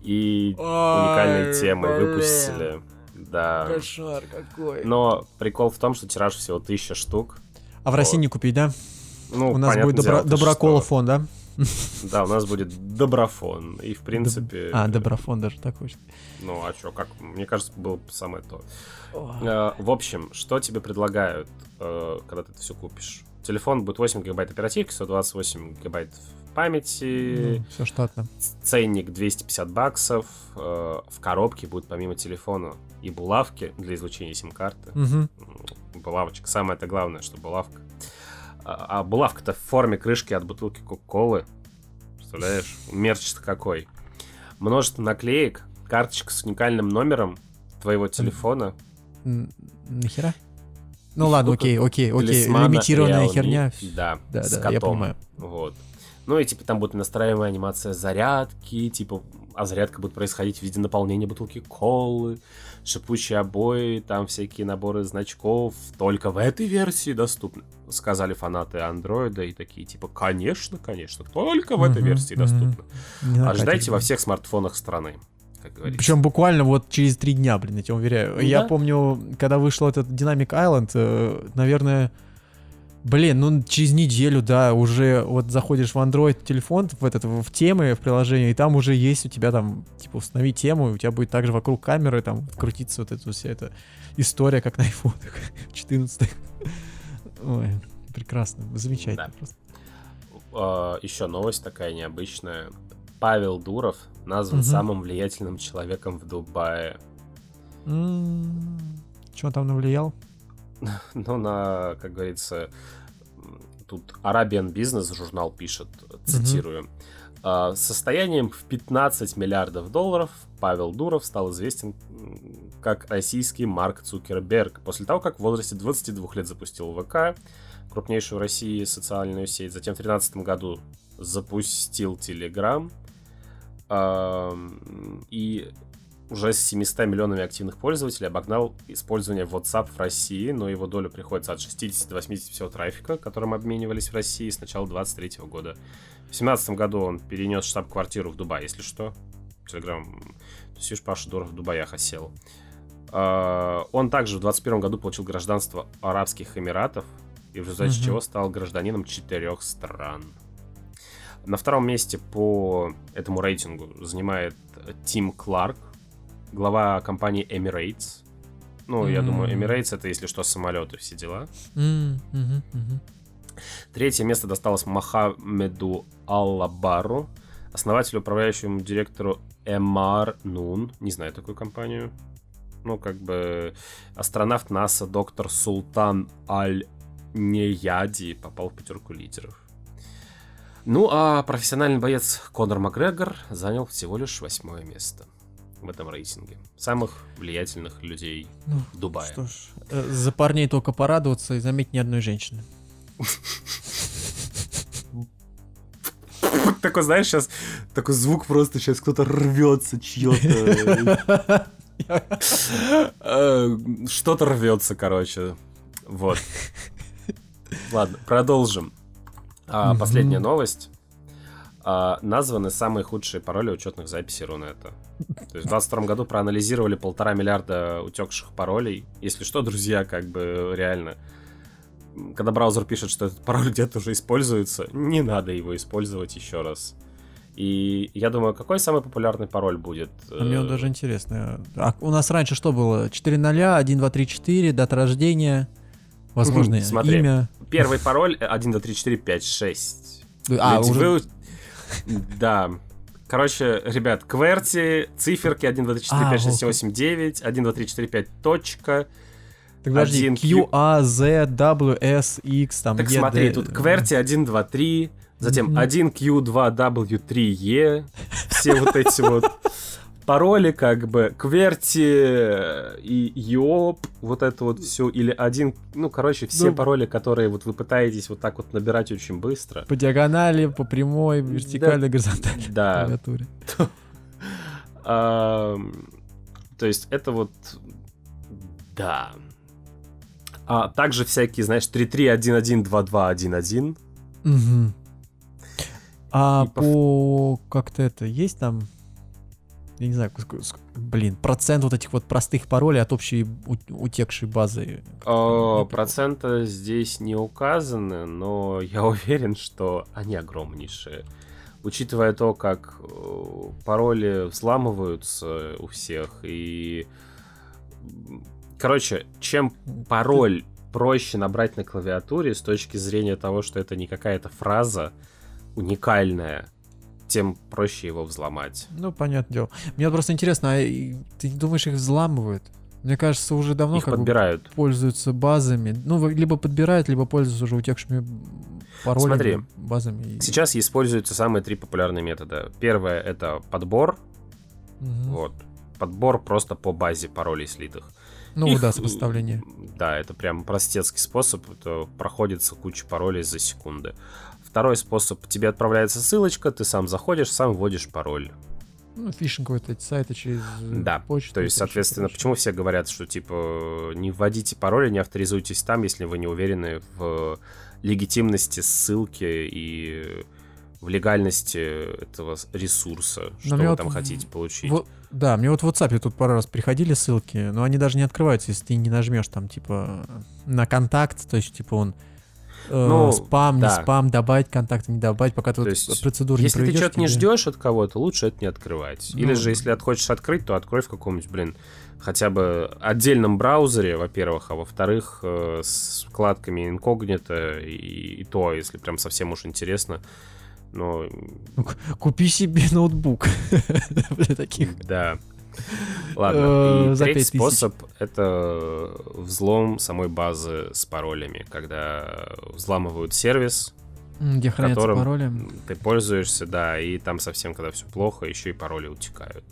S3: и
S2: Ой,
S3: уникальные темы
S2: блин.
S3: выпустили. Да.
S2: Кошмар какой.
S3: Но прикол в том, что тираж всего тысяча штук.
S2: А в России
S3: Вот.
S2: не купить, да?
S3: Ну,
S2: У нас
S3: понятное
S2: будет
S3: дело,
S2: добро...
S3: ты
S2: доброколофон, да?
S3: что. Да, у нас будет доброфон. И, в принципе...
S2: А, доброфон даже так хочет.
S3: Ну, а что, как? Мне кажется, было бы самое то. Э, В общем, что тебе предлагают, э, когда ты это все купишь? Телефон будет восемь гигабайт оперативки, сто двадцать восемь гигабайт памяти,
S2: Ну, все штатно.
S3: ценник двести пятьдесят баксов, э, в коробке будет помимо телефона и булавки для излучения сим-карты.
S2: Угу.
S3: М, Булавочка, самое это главное, что булавка. А, а булавка-то в форме крышки от бутылки Кока-Колы. Представляешь? Мерч-то какой. Множество наклеек, карточка с уникальным номером твоего телефона.
S2: Н- Нахера? Ну ладно,
S3: Ну,
S2: окей, окей, окей.
S3: Талисмана
S2: Лимитированная
S3: Realme.
S2: херня.
S3: Да,
S2: Да,
S3: с
S2: да,
S3: котом.
S2: я понимаю.
S3: Вот. Ну и типа там будет настраиваемая анимация зарядки, типа, а зарядка будет происходить в виде наполнения бутылки колы, шипучие обои, там всякие наборы значков, только в этой версии доступны. Сказали фанаты андроида и такие, типа, конечно, конечно, только в этой
S2: Мгм,
S3: версии
S2: мгм.
S3: доступно.
S2: Не накатит,
S3: Ожидайте во
S2: блин.
S3: всех смартфонах страны, как говорится.
S2: Причем буквально вот через три дня, блин, я тебе уверяю.
S3: Ну
S2: Я
S3: да.
S2: помню, когда вышел этот Dynamic Island, э, наверное, блин, ну через неделю, да, уже вот заходишь в Android телефон, в этот, в темы, в приложение, и там уже есть у тебя там, типа, установи тему, и у тебя будет также вокруг камеры там крутиться вот эта вся эта история, как на айфонах четырнадцать. Ой, прекрасно, замечательно
S3: Да.
S2: просто.
S3: А, еще новость такая необычная. Павел Дуров назван
S2: Мгм.
S3: самым влиятельным человеком в Дубае.
S2: Че он там навлиял?
S3: Ну, на, как говорится, м, тут Arabian Business журнал пишет, цитирую. «А, состоянием в пятнадцать миллиардов долларов Павел Дуров стал известен м, как российский Марк Цукерберг после того, как в возрасте двадцати двух лет запустил ВК, крупнейшую в России социальную сеть. Затем в две тысячи тринадцатом году запустил Телеграм. И уже с семьюстами миллионами активных пользователей обогнал использование WhatsApp в России, но его доля приходится от шестидесяти до восьмидесяти всего трафика, которым обменивались в России с начала двадцать третьего года. В две тысячи семнадцатом году он перенес штаб-квартиру в Дубай, если что. Телеграм... То есть, видишь, Паша Дуров в Дубаях осел. А, Он также в двадцать первом году получил гражданство Арабских Эмиратов, и в результате
S2: Мгм.
S3: чего стал гражданином четырех стран. На втором месте по этому рейтингу занимает Тим Кларк, глава компании Emirates. Ну, я
S2: М.
S3: думаю, Emirates — это, если что, самолеты, все дела.
S2: М, мгм, мгм.
S3: Третье место досталось Мохаммеду Аллабару, основателю, управляющему директору эм ар Noon. Не знаю такую компанию. Ну, как бы астронавт НАСА доктор Султан Аль-Нияди попал в пятерку лидеров. Ну, а профессиональный боец Конор Макгрегор занял всего лишь восьмое место в этом рейтинге самых влиятельных людей
S2: Ну,
S3: в Дубае.
S2: Что ж, э, за парней только порадоваться и заметь ни одной женщины.
S3: Такой, знаешь, сейчас такой звук просто, сейчас кто-то рвется, чье-то. Э, Что-то рвется, короче. Вот. Ладно, продолжим. А,
S2: Мгм.
S3: Последняя новость. А, Названы самые худшие пароли учетных записей Рунета. То есть в двадцать втором году проанализировали полтора миллиарда утекших паролей. Если что, друзья, как бы реально, когда браузер пишет, что этот пароль где-то уже используется, не надо его использовать еще раз. И я думаю, какой самый популярный пароль будет?
S2: А мне вот даже интересно. А у нас раньше что было? четыре нуля, один, два, три, четыре, дата рождения, возможно,
S3: Смотри.
S2: имя.
S3: Первый пароль один, два, три, четыре, пять, шесть.
S2: А,
S3: Люди,
S2: уже...
S3: вы- Да. Короче, ребят, кверти, циферки один, два, три, четыре,
S2: А,
S3: пять, шесть, семь,
S2: вот.
S3: восемь, девять, один, два, три, четыре, пять, точка.
S2: Так, подожди,
S3: один
S2: Q, A, Z, W, S, X, там,
S3: Так
S2: E,
S3: смотри,
S2: D.
S3: тут кверти один, два, три, затем
S2: Мгм.
S3: один Q, два W, три E, все вот эти вот пароли, как бы, кверти и йоп, вот это вот все, или один, ну, короче, все
S2: Ну,
S3: пароли, которые вот вы пытаетесь вот так вот набирать очень быстро.
S2: По диагонали, по прямой, вертикальной, горизонтальной
S3: Да.
S2: клавиатуре.
S3: Ам, То есть это вот, да. А также всякие, знаешь, три три один один два два один один.
S2: Мгм. А
S3: И по
S2: по как-то это есть там я не знаю, ск- ск- блин, процент вот этих вот простых паролей от общей у- утекшей базы.
S3: О,
S2: Нет
S3: проценты здесь не указаны, но я уверен, что они огромнейшие. Учитывая то, как э, пароли взламываются у всех, и... Короче, чем пароль проще набрать на клавиатуре с точки зрения того, что это не какая-то фраза уникальная, тем проще его взломать.
S2: Ну, понятное дело. Мне просто интересно, а и- ты думаешь, их взламывают? Мне кажется, уже давно
S3: Их
S2: как бы
S3: подбирают.
S2: пользуются базами. Ну, вы- либо подбирают, либо пользуются уже утекшими паролями,
S3: Смотри,
S2: базами. и-
S3: Сейчас используются самые три популярные метода. Первое — это подбор.
S2: Мгм.
S3: Вот. Подбор просто по базе паролей слитых.
S2: Ну,
S3: Их,
S2: да, сопоставление.
S3: Да, это прям простецкий способ. Это проходится куча паролей за секунды. Второй способ. Тебе отправляется ссылочка, ты сам заходишь, сам вводишь пароль.
S2: Ну, фишинг вот эти сайты через э,
S3: Да,
S2: почту.
S3: то есть,
S2: и прочее,
S3: соответственно,
S2: прочее.
S3: почему все говорят, что, типа, не вводите пароли, не авторизуйтесь там, если вы не уверены в легитимности ссылки и в легальности этого ресурса, что
S2: мне
S3: вы
S2: вот
S3: там
S2: в-
S3: хотите получить.
S2: Вот, да, мне вот в WhatsApp тут пару раз приходили ссылки, но они даже не открываются, если ты не нажмешь там, типа, на контакт, то есть, типа, он э,
S3: Ну,
S2: спам,
S3: да.
S2: не спам, добавить контакт, не добавить, пока ты
S3: То
S2: вот
S3: есть,
S2: процедуру
S3: Если
S2: не
S3: ты
S2: проведешь.
S3: что-то не
S2: тебе-
S3: ждешь от кого-то, лучше это не открывать. Или
S2: Ну,
S3: же, если хочешь открыть, то открой в каком-нибудь, блин, хотя бы отдельном браузере, во-первых, а во-вторых, э, с вкладками инкогнито, и, и то, если прям совсем уж интересно. Но,
S2: Ну, к- купи себе ноутбук для таких.
S3: да. Ладно,
S2: Э,
S3: и
S2: за
S3: третий
S2: пять тысяч.
S3: способ — это взлом самой базы с паролями, когда взламывают сервис,
S2: М, Где хранятся
S3: которым
S2: пароли.
S3: ты пользуешься, да, и там совсем, когда все плохо, еще и пароли утекают.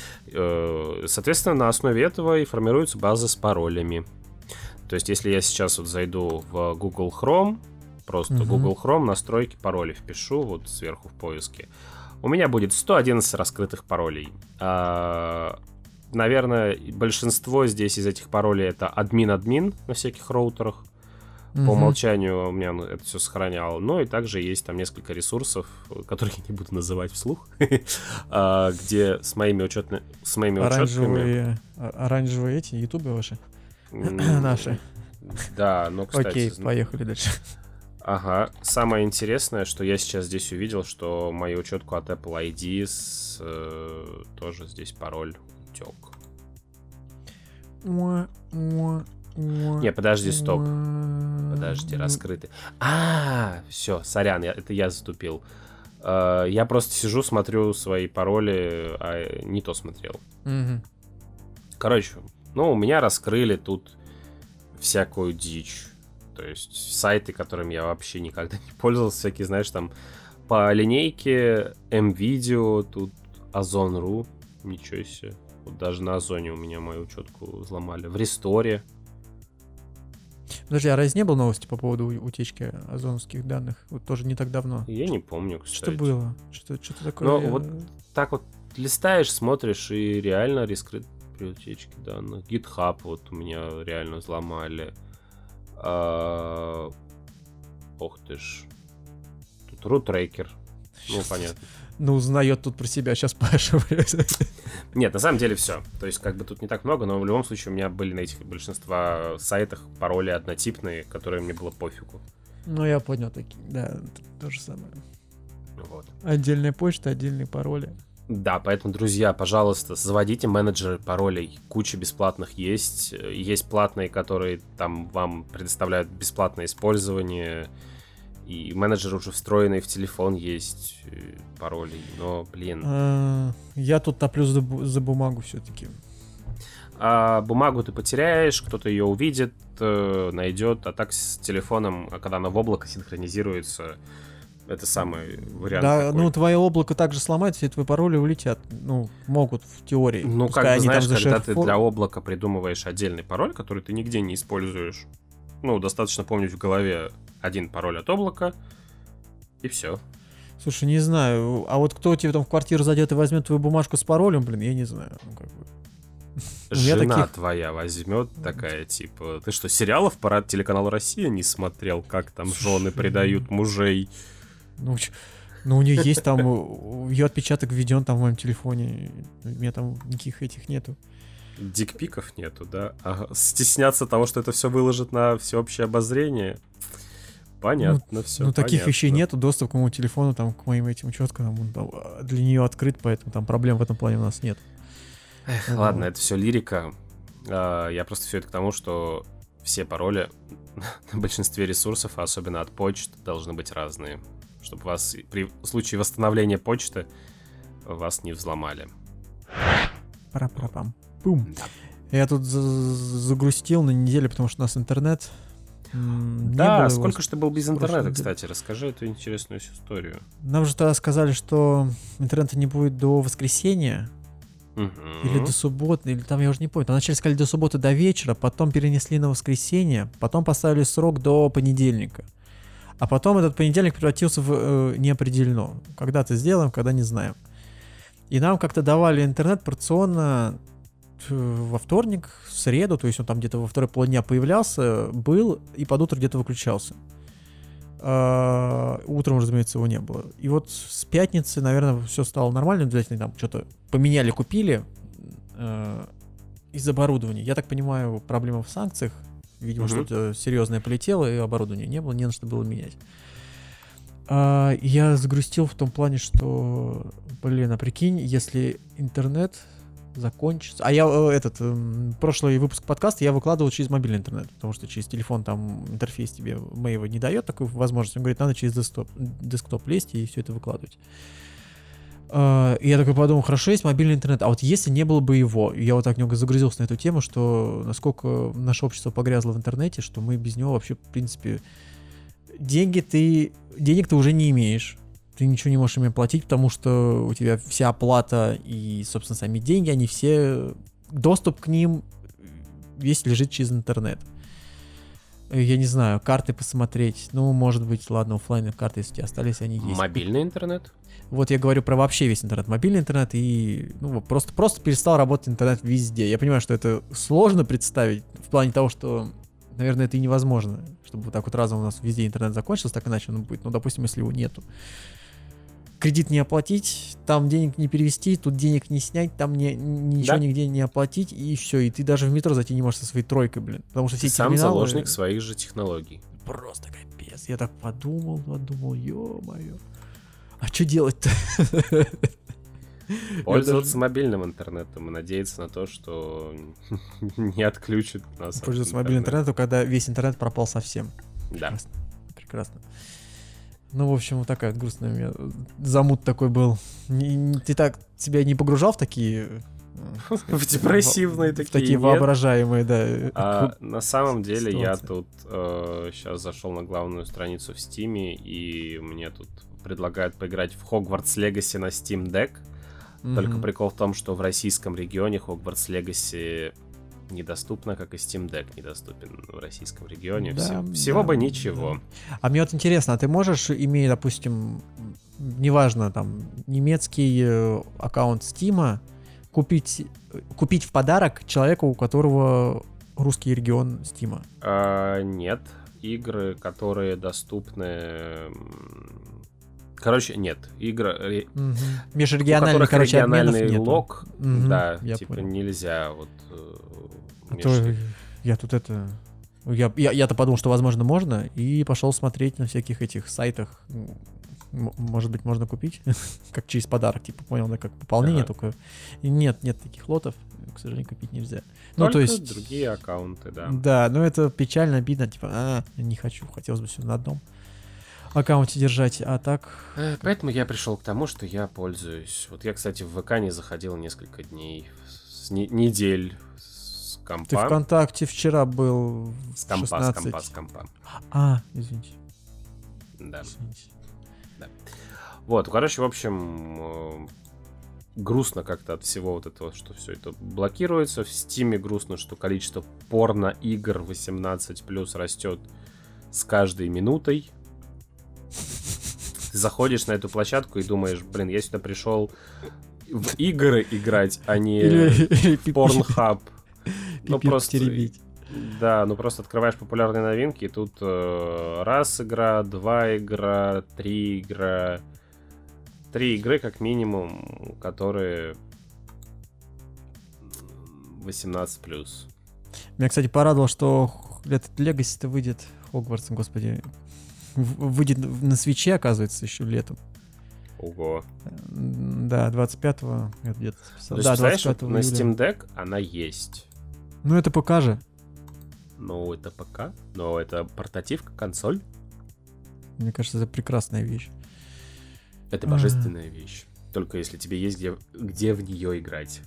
S3: Э, Соответственно, на основе этого и формируются базы с паролями. То есть, если я сейчас вот зайду в Google Chrome, просто
S2: Мгм.
S3: Google Chrome, настройки паролей впишу вот сверху в поиске, у меня будет сто одиннадцать раскрытых паролей. А, наверное, большинство здесь из этих паролей — это админ-админ на всяких роутерах. По
S2: Мгм.
S3: умолчанию у меня это все сохраняло. Ну и также есть там несколько ресурсов, которые я не буду называть вслух, а, где с моими учетными, с моими учетками...
S2: Оранжевые, о- оранжевые эти, ютубы ваши. Наши.
S3: Да, но, кстати...
S2: Окей,
S3: зн-
S2: поехали дальше.
S3: Ага. Самое интересное, что я сейчас здесь увидел, что мою учетку от Apple ай ди с, э, тоже здесь пароль утек. Не, подожди, стоп. Подожди, раскрытый. А, все, сорян, я- это я затупил. Э, Я просто сижу, смотрю свои пароли, а не то смотрел.
S2: Мгм.
S3: Короче, ну, у меня раскрыли тут всякую дичь. То есть сайты, которыми я вообще никогда не пользовался, всякие, знаешь, там по линейке M-Video, тут Озон точка ру, ничего себе. Вот даже на Озоне у меня мою учетку взломали. В Ресторе.
S2: Подожди, а разве не было новости по поводу у- утечки озоновских данных? Вот тоже не так давно.
S3: Я не помню, кстати.
S2: Что было? Что, что такое?
S3: Ну,
S2: я-
S3: вот так вот листаешь, смотришь, и реально раскрыт при утечке данных. GitHub вот у меня реально взломали. А, Ох ты ж. Тут RootRaker. Ну, понятно.
S2: Ну, узнает тут про себя, сейчас Паша.
S3: Нет, на самом деле все. То есть, как бы тут не так много, но в любом случае у меня были на этих большинства сайтах пароли однотипные, которые мне было пофигу.
S2: Ну, я понял, такие, да, т- то же самое.
S3: Вот.
S2: Отдельная почта, отдельные пароли.
S3: Да, поэтому, друзья, пожалуйста, заводите менеджеры паролей. Куча бесплатных есть. Есть платные, которые там вам предоставляют бесплатное использование. И менеджер уже встроенный в телефон есть э, паролей. Но, блин.
S2: А, Я тут топлю за бу- за бумагу все-таки.
S3: А бумагу ты потеряешь, кто-то ее увидит, э, найдет. А так с телефоном, а когда она в облако синхронизируется, это самый вариант.
S2: Да,
S3: такой.
S2: ну твое облако также сломается, и твои пароли улетят. Ну, могут в теории.
S3: Ну,
S2: Пускай
S3: как бы,
S2: они
S3: знаешь,
S2: там
S3: когда ты
S2: зашифру-
S3: для облака придумываешь отдельный пароль, который ты нигде не используешь, ну, достаточно помнить в голове один пароль от облака, и все.
S2: Слушай, не знаю. А вот кто тебе там в квартиру зайдет и возьмет твою бумажку с паролем, блин, я не знаю. Ну, как бы. У меня
S3: Жена
S2: таких-
S3: твоя возьмет такая, типа, ты что, сериалов парад телеканала «Россия» не смотрел, как там жены предают мужей?
S2: Ну, ч- Ну, у нее есть там, ее отпечаток введен там в моем телефоне. У меня там никаких этих нету.
S3: Дикпиков нету, да? А стесняться того, что это все выложит на всеобщее обозрение? Понятно,
S2: ну,
S3: все.
S2: Ну, таких
S3: понятно.
S2: вещей нету. Доступ к моему телефону, там, к моим этим четко, там, он, там, для нее открыт, поэтому там проблем в этом плане у нас нет.
S3: Эх, ну, ладно, это все лирика. А, я просто все это к тому, что все пароли на большинстве ресурсов, а особенно от почт, должны быть разные. Чтобы вас при случае восстановления почты вас не взломали.
S2: Пара-пара-пам. Бум.
S3: Да.
S2: Я тут загрустил на неделю, потому что у нас интернет.
S3: Да, сколько ж ты был без интернета,
S2: неделе.
S3: кстати? Расскажи эту интересную историю.
S2: Нам же тогда сказали, что интернета не будет до воскресенья.
S3: Угу.
S2: Или до субботы, или там, я уже не помню. Там вначале сказали до субботы до вечера, потом перенесли на воскресенье, потом поставили срок до понедельника. А потом этот понедельник превратился в э, неопределенно. Когда-то сделаем, когда не знаем. И нам как-то давали интернет порционно во вторник, в среду, то есть он там где-то во второй полдня появлялся, был, и под утро где-то выключался. А, утром, разумеется, его не было. И вот с пятницы, наверное, все стало нормально, обязательно там что-то поменяли, купили э, из оборудования. Я так понимаю, проблема в санкциях. Видимо, mm-hmm. что-то серьезное полетело, и оборудования не было, не на что было менять. А, я загрустил в том плане, что, блин, а прикинь, если интернет закончится... А я этот, прошлый выпуск подкаста я выкладывал через мобильный интернет, потому что через телефон там интерфейс тебе моего не дает такую возможность. Он говорит, надо через десктоп, десктоп лезть и все это выкладывать. Uh, и я такой подумал, хорошо, есть мобильный интернет, а вот если не было бы его, я вот так немного загрузился на эту тему, что насколько наше общество погрязло в интернете, что мы без него вообще, в принципе, деньги ты, денег ты уже не имеешь, ты ничего не можешь ими платить, потому что у тебя вся оплата и, собственно, сами деньги, они все, доступ к ним весь лежит через интернет. Я не знаю, карты посмотреть, ну, может быть, ладно, офлайн карты, если у тебя остались, они есть.
S3: Мобильный интернет?
S2: Вот я говорю про вообще весь интернет, мобильный интернет, и ну, просто, просто перестал работать интернет везде. Я понимаю, что это сложно представить в плане того, что, наверное, это и невозможно, чтобы вот так вот разом у нас везде интернет закончился, так иначе он будет. Ну, допустим, если его нету. Кредит не оплатить, там денег не перевести, тут денег не снять, там не, ничего да? нигде не оплатить, и все. И ты даже в метро зайти не можешь со своей тройкой, блин. Потому что
S3: ты
S2: все
S3: сам
S2: терминалы...
S3: заложник своих же технологий.
S2: Просто капец. Я так подумал, подумал, ё-моё. А что делать-то?
S3: Пользоваться даже... мобильным интернетом и надеяться на то, что не отключат нас.
S2: Пользоваться мобильным интернетом, когда весь интернет пропал совсем.
S3: Да.
S2: Прекрасно. Прекрасно. Ну, в общем, вот такая вот грустная у меня замут такой был. Ты так себя не погружал в такие...
S3: В депрессивные такие.
S2: В такие воображаемые, да.
S3: А на самом деле я тут сейчас зашел на главную страницу в Steam, и мне тут предлагают поиграть в Hogwarts Legacy на Steam Deck. Mm-hmm. Только прикол в том, что в российском регионе Hogwarts Legacy недоступно, как и Steam Deck недоступен в российском регионе.
S2: Да,
S3: Всего, всего
S2: да,
S3: бы ничего.
S2: Да. А мне вот интересно, а ты можешь, имея, допустим, неважно, там, немецкий аккаунт Steam, купить, купить в подарок человеку, у которого русский регион Steam?
S3: А, нет. Игры, которые доступны... Короче, нет, игры...
S2: Угу. Межрегиональный, короче,
S3: региональный лог,
S2: угу,
S3: да, типа понял. Нельзя вот...
S2: А то я тут это... Я, я, я-то подумал, что, возможно, можно, и пошел смотреть на всяких этих сайтах. М- может быть, можно купить, как через подарок, типа, понял, да, как пополнение, ага. Только... И нет, нет таких лотов, к сожалению, купить нельзя.
S3: Только
S2: ну, то есть...
S3: другие аккаунты, да.
S2: Да, но это печально, обидно, типа, а, не хочу, хотелось бы все на одном аккаунте держать, а так...
S3: Поэтому я пришел к тому, что я пользуюсь. Вот я, кстати, в ВК не заходил несколько дней, с не- недель с компа.
S2: Ты ВКонтакте вчера был
S3: с компа,
S2: шестнадцать.
S3: с компа, с компа.
S2: А, извините.
S3: Да.
S2: Извините.
S3: Да. Вот, короче, в общем, грустно как-то от всего вот этого, что все это блокируется. В Стиме грустно, что количество порно-игр восемнадцать плюс растет с каждой минутой. Ты заходишь на эту площадку и думаешь, блин, я сюда пришел в игры играть, а не в Pornhub. Ну просто... Да, ну просто открываешь популярные новинки, и тут э, раз игра, два игра, три игра, три игры, как минимум, которые восемнадцать плюс.
S2: Меня, кстати, порадовало, что этот Legacy-то выйдет, Хогвартс, господи, выйдет на свитче, оказывается, еще летом.
S3: Ого.
S2: Да, двадцать пятого где-то.
S3: То
S2: Да,
S3: есть,
S2: двадцать пятого
S3: на
S2: июля.
S3: Steam Deck она есть.
S2: Ну, это ПК же.
S3: Ну, это ПК, но это портативка, консоль.
S2: Мне кажется, это прекрасная вещь.
S3: Это божественная вещь. Только если тебе есть где, где в нее играть.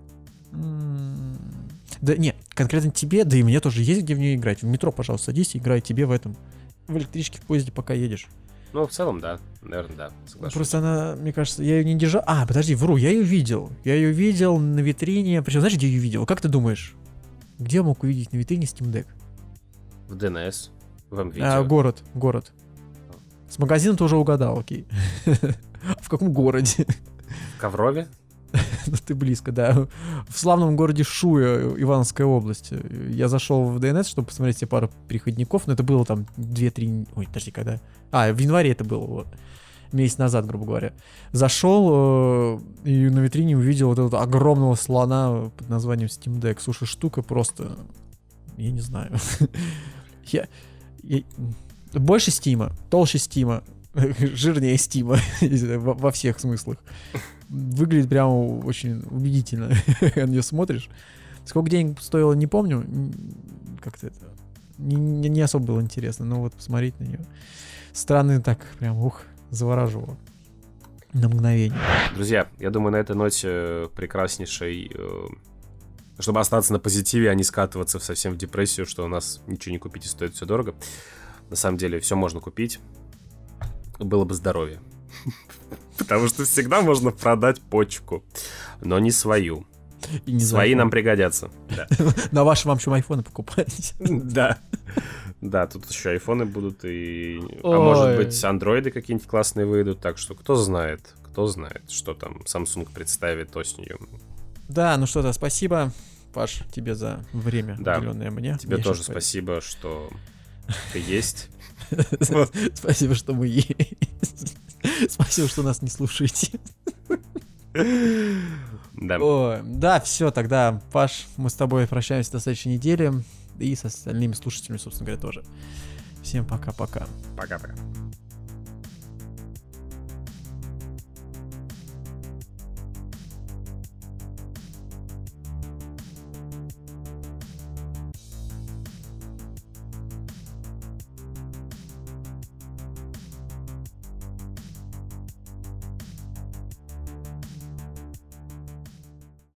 S2: Да не, конкретно тебе, да и мне тоже есть где в нее играть. В метро, пожалуйста, садись и играй тебе в этом. В электричке, в поезде, пока едешь.
S3: Ну, в целом, да. Наверное, да. Соглашусь.
S2: Просто она, мне кажется, я ее не держал. А, подожди, вру, я ее видел. Я ее видел на витрине. Причем, знаешь, где я ее видел? Как ты думаешь? Где я мог увидеть на витрине Steam Deck?
S3: В ди эн эс, в МВидео.
S2: А, город, город. С магазином ты уже угадал, окей. В каком городе?
S3: В Коврове?
S2: Ну, ты близко, да. В славном городе Шуя, Ивановская область. Я зашел в ди эн эс, чтобы посмотреть себе пару переходников, но это было там две-три... Ой, подожди, когда? А, в январе это было, вот. Месяц назад, грубо говоря. Зашел э, и на витрине увидел вот этого огромного слона под названием Steam Deck. Слушай, штука просто... Я не знаю. я, я... Больше Стима, толще Стима, жирнее Стима во, во всех смыслах. Выглядит прямо очень убедительно. На нее смотришь. Сколько денег стоило, не помню. Как-то это... Не, не особо было интересно, но вот посмотреть на нее. Странно так, прям, ух, завораживало. На мгновение.
S3: Друзья, я думаю, на этой ноте прекраснейшей, чтобы остаться на позитиве, а не скатываться совсем в депрессию, что у нас ничего не купить и стоит все дорого. На самом деле, все можно купить. Было бы здоровье. Потому что всегда можно продать почку, но не свою.
S2: И не
S3: Свои нам пригодятся.
S2: На ваши вам еще айфоны покупать.
S3: Да. Да, тут еще айфоны будут, и... а может быть, андроиды какие-нибудь классные выйдут. Так что кто знает, кто знает, что там Samsung представит осенью.
S2: Да, ну что-то, спасибо, Паш, тебе за время,
S3: да.
S2: уделенное мне.
S3: Тебе
S2: Я
S3: тоже
S2: сейчас...
S3: спасибо, что ты есть.
S2: Спасибо, что мы есть. Спасибо, что нас не слушаете.
S3: Да.
S2: О, да, все, тогда, Паш, мы с тобой прощаемся до следующей недели. И с остальными слушателями, собственно говоря, тоже. Всем пока-пока.
S3: Пока-пока.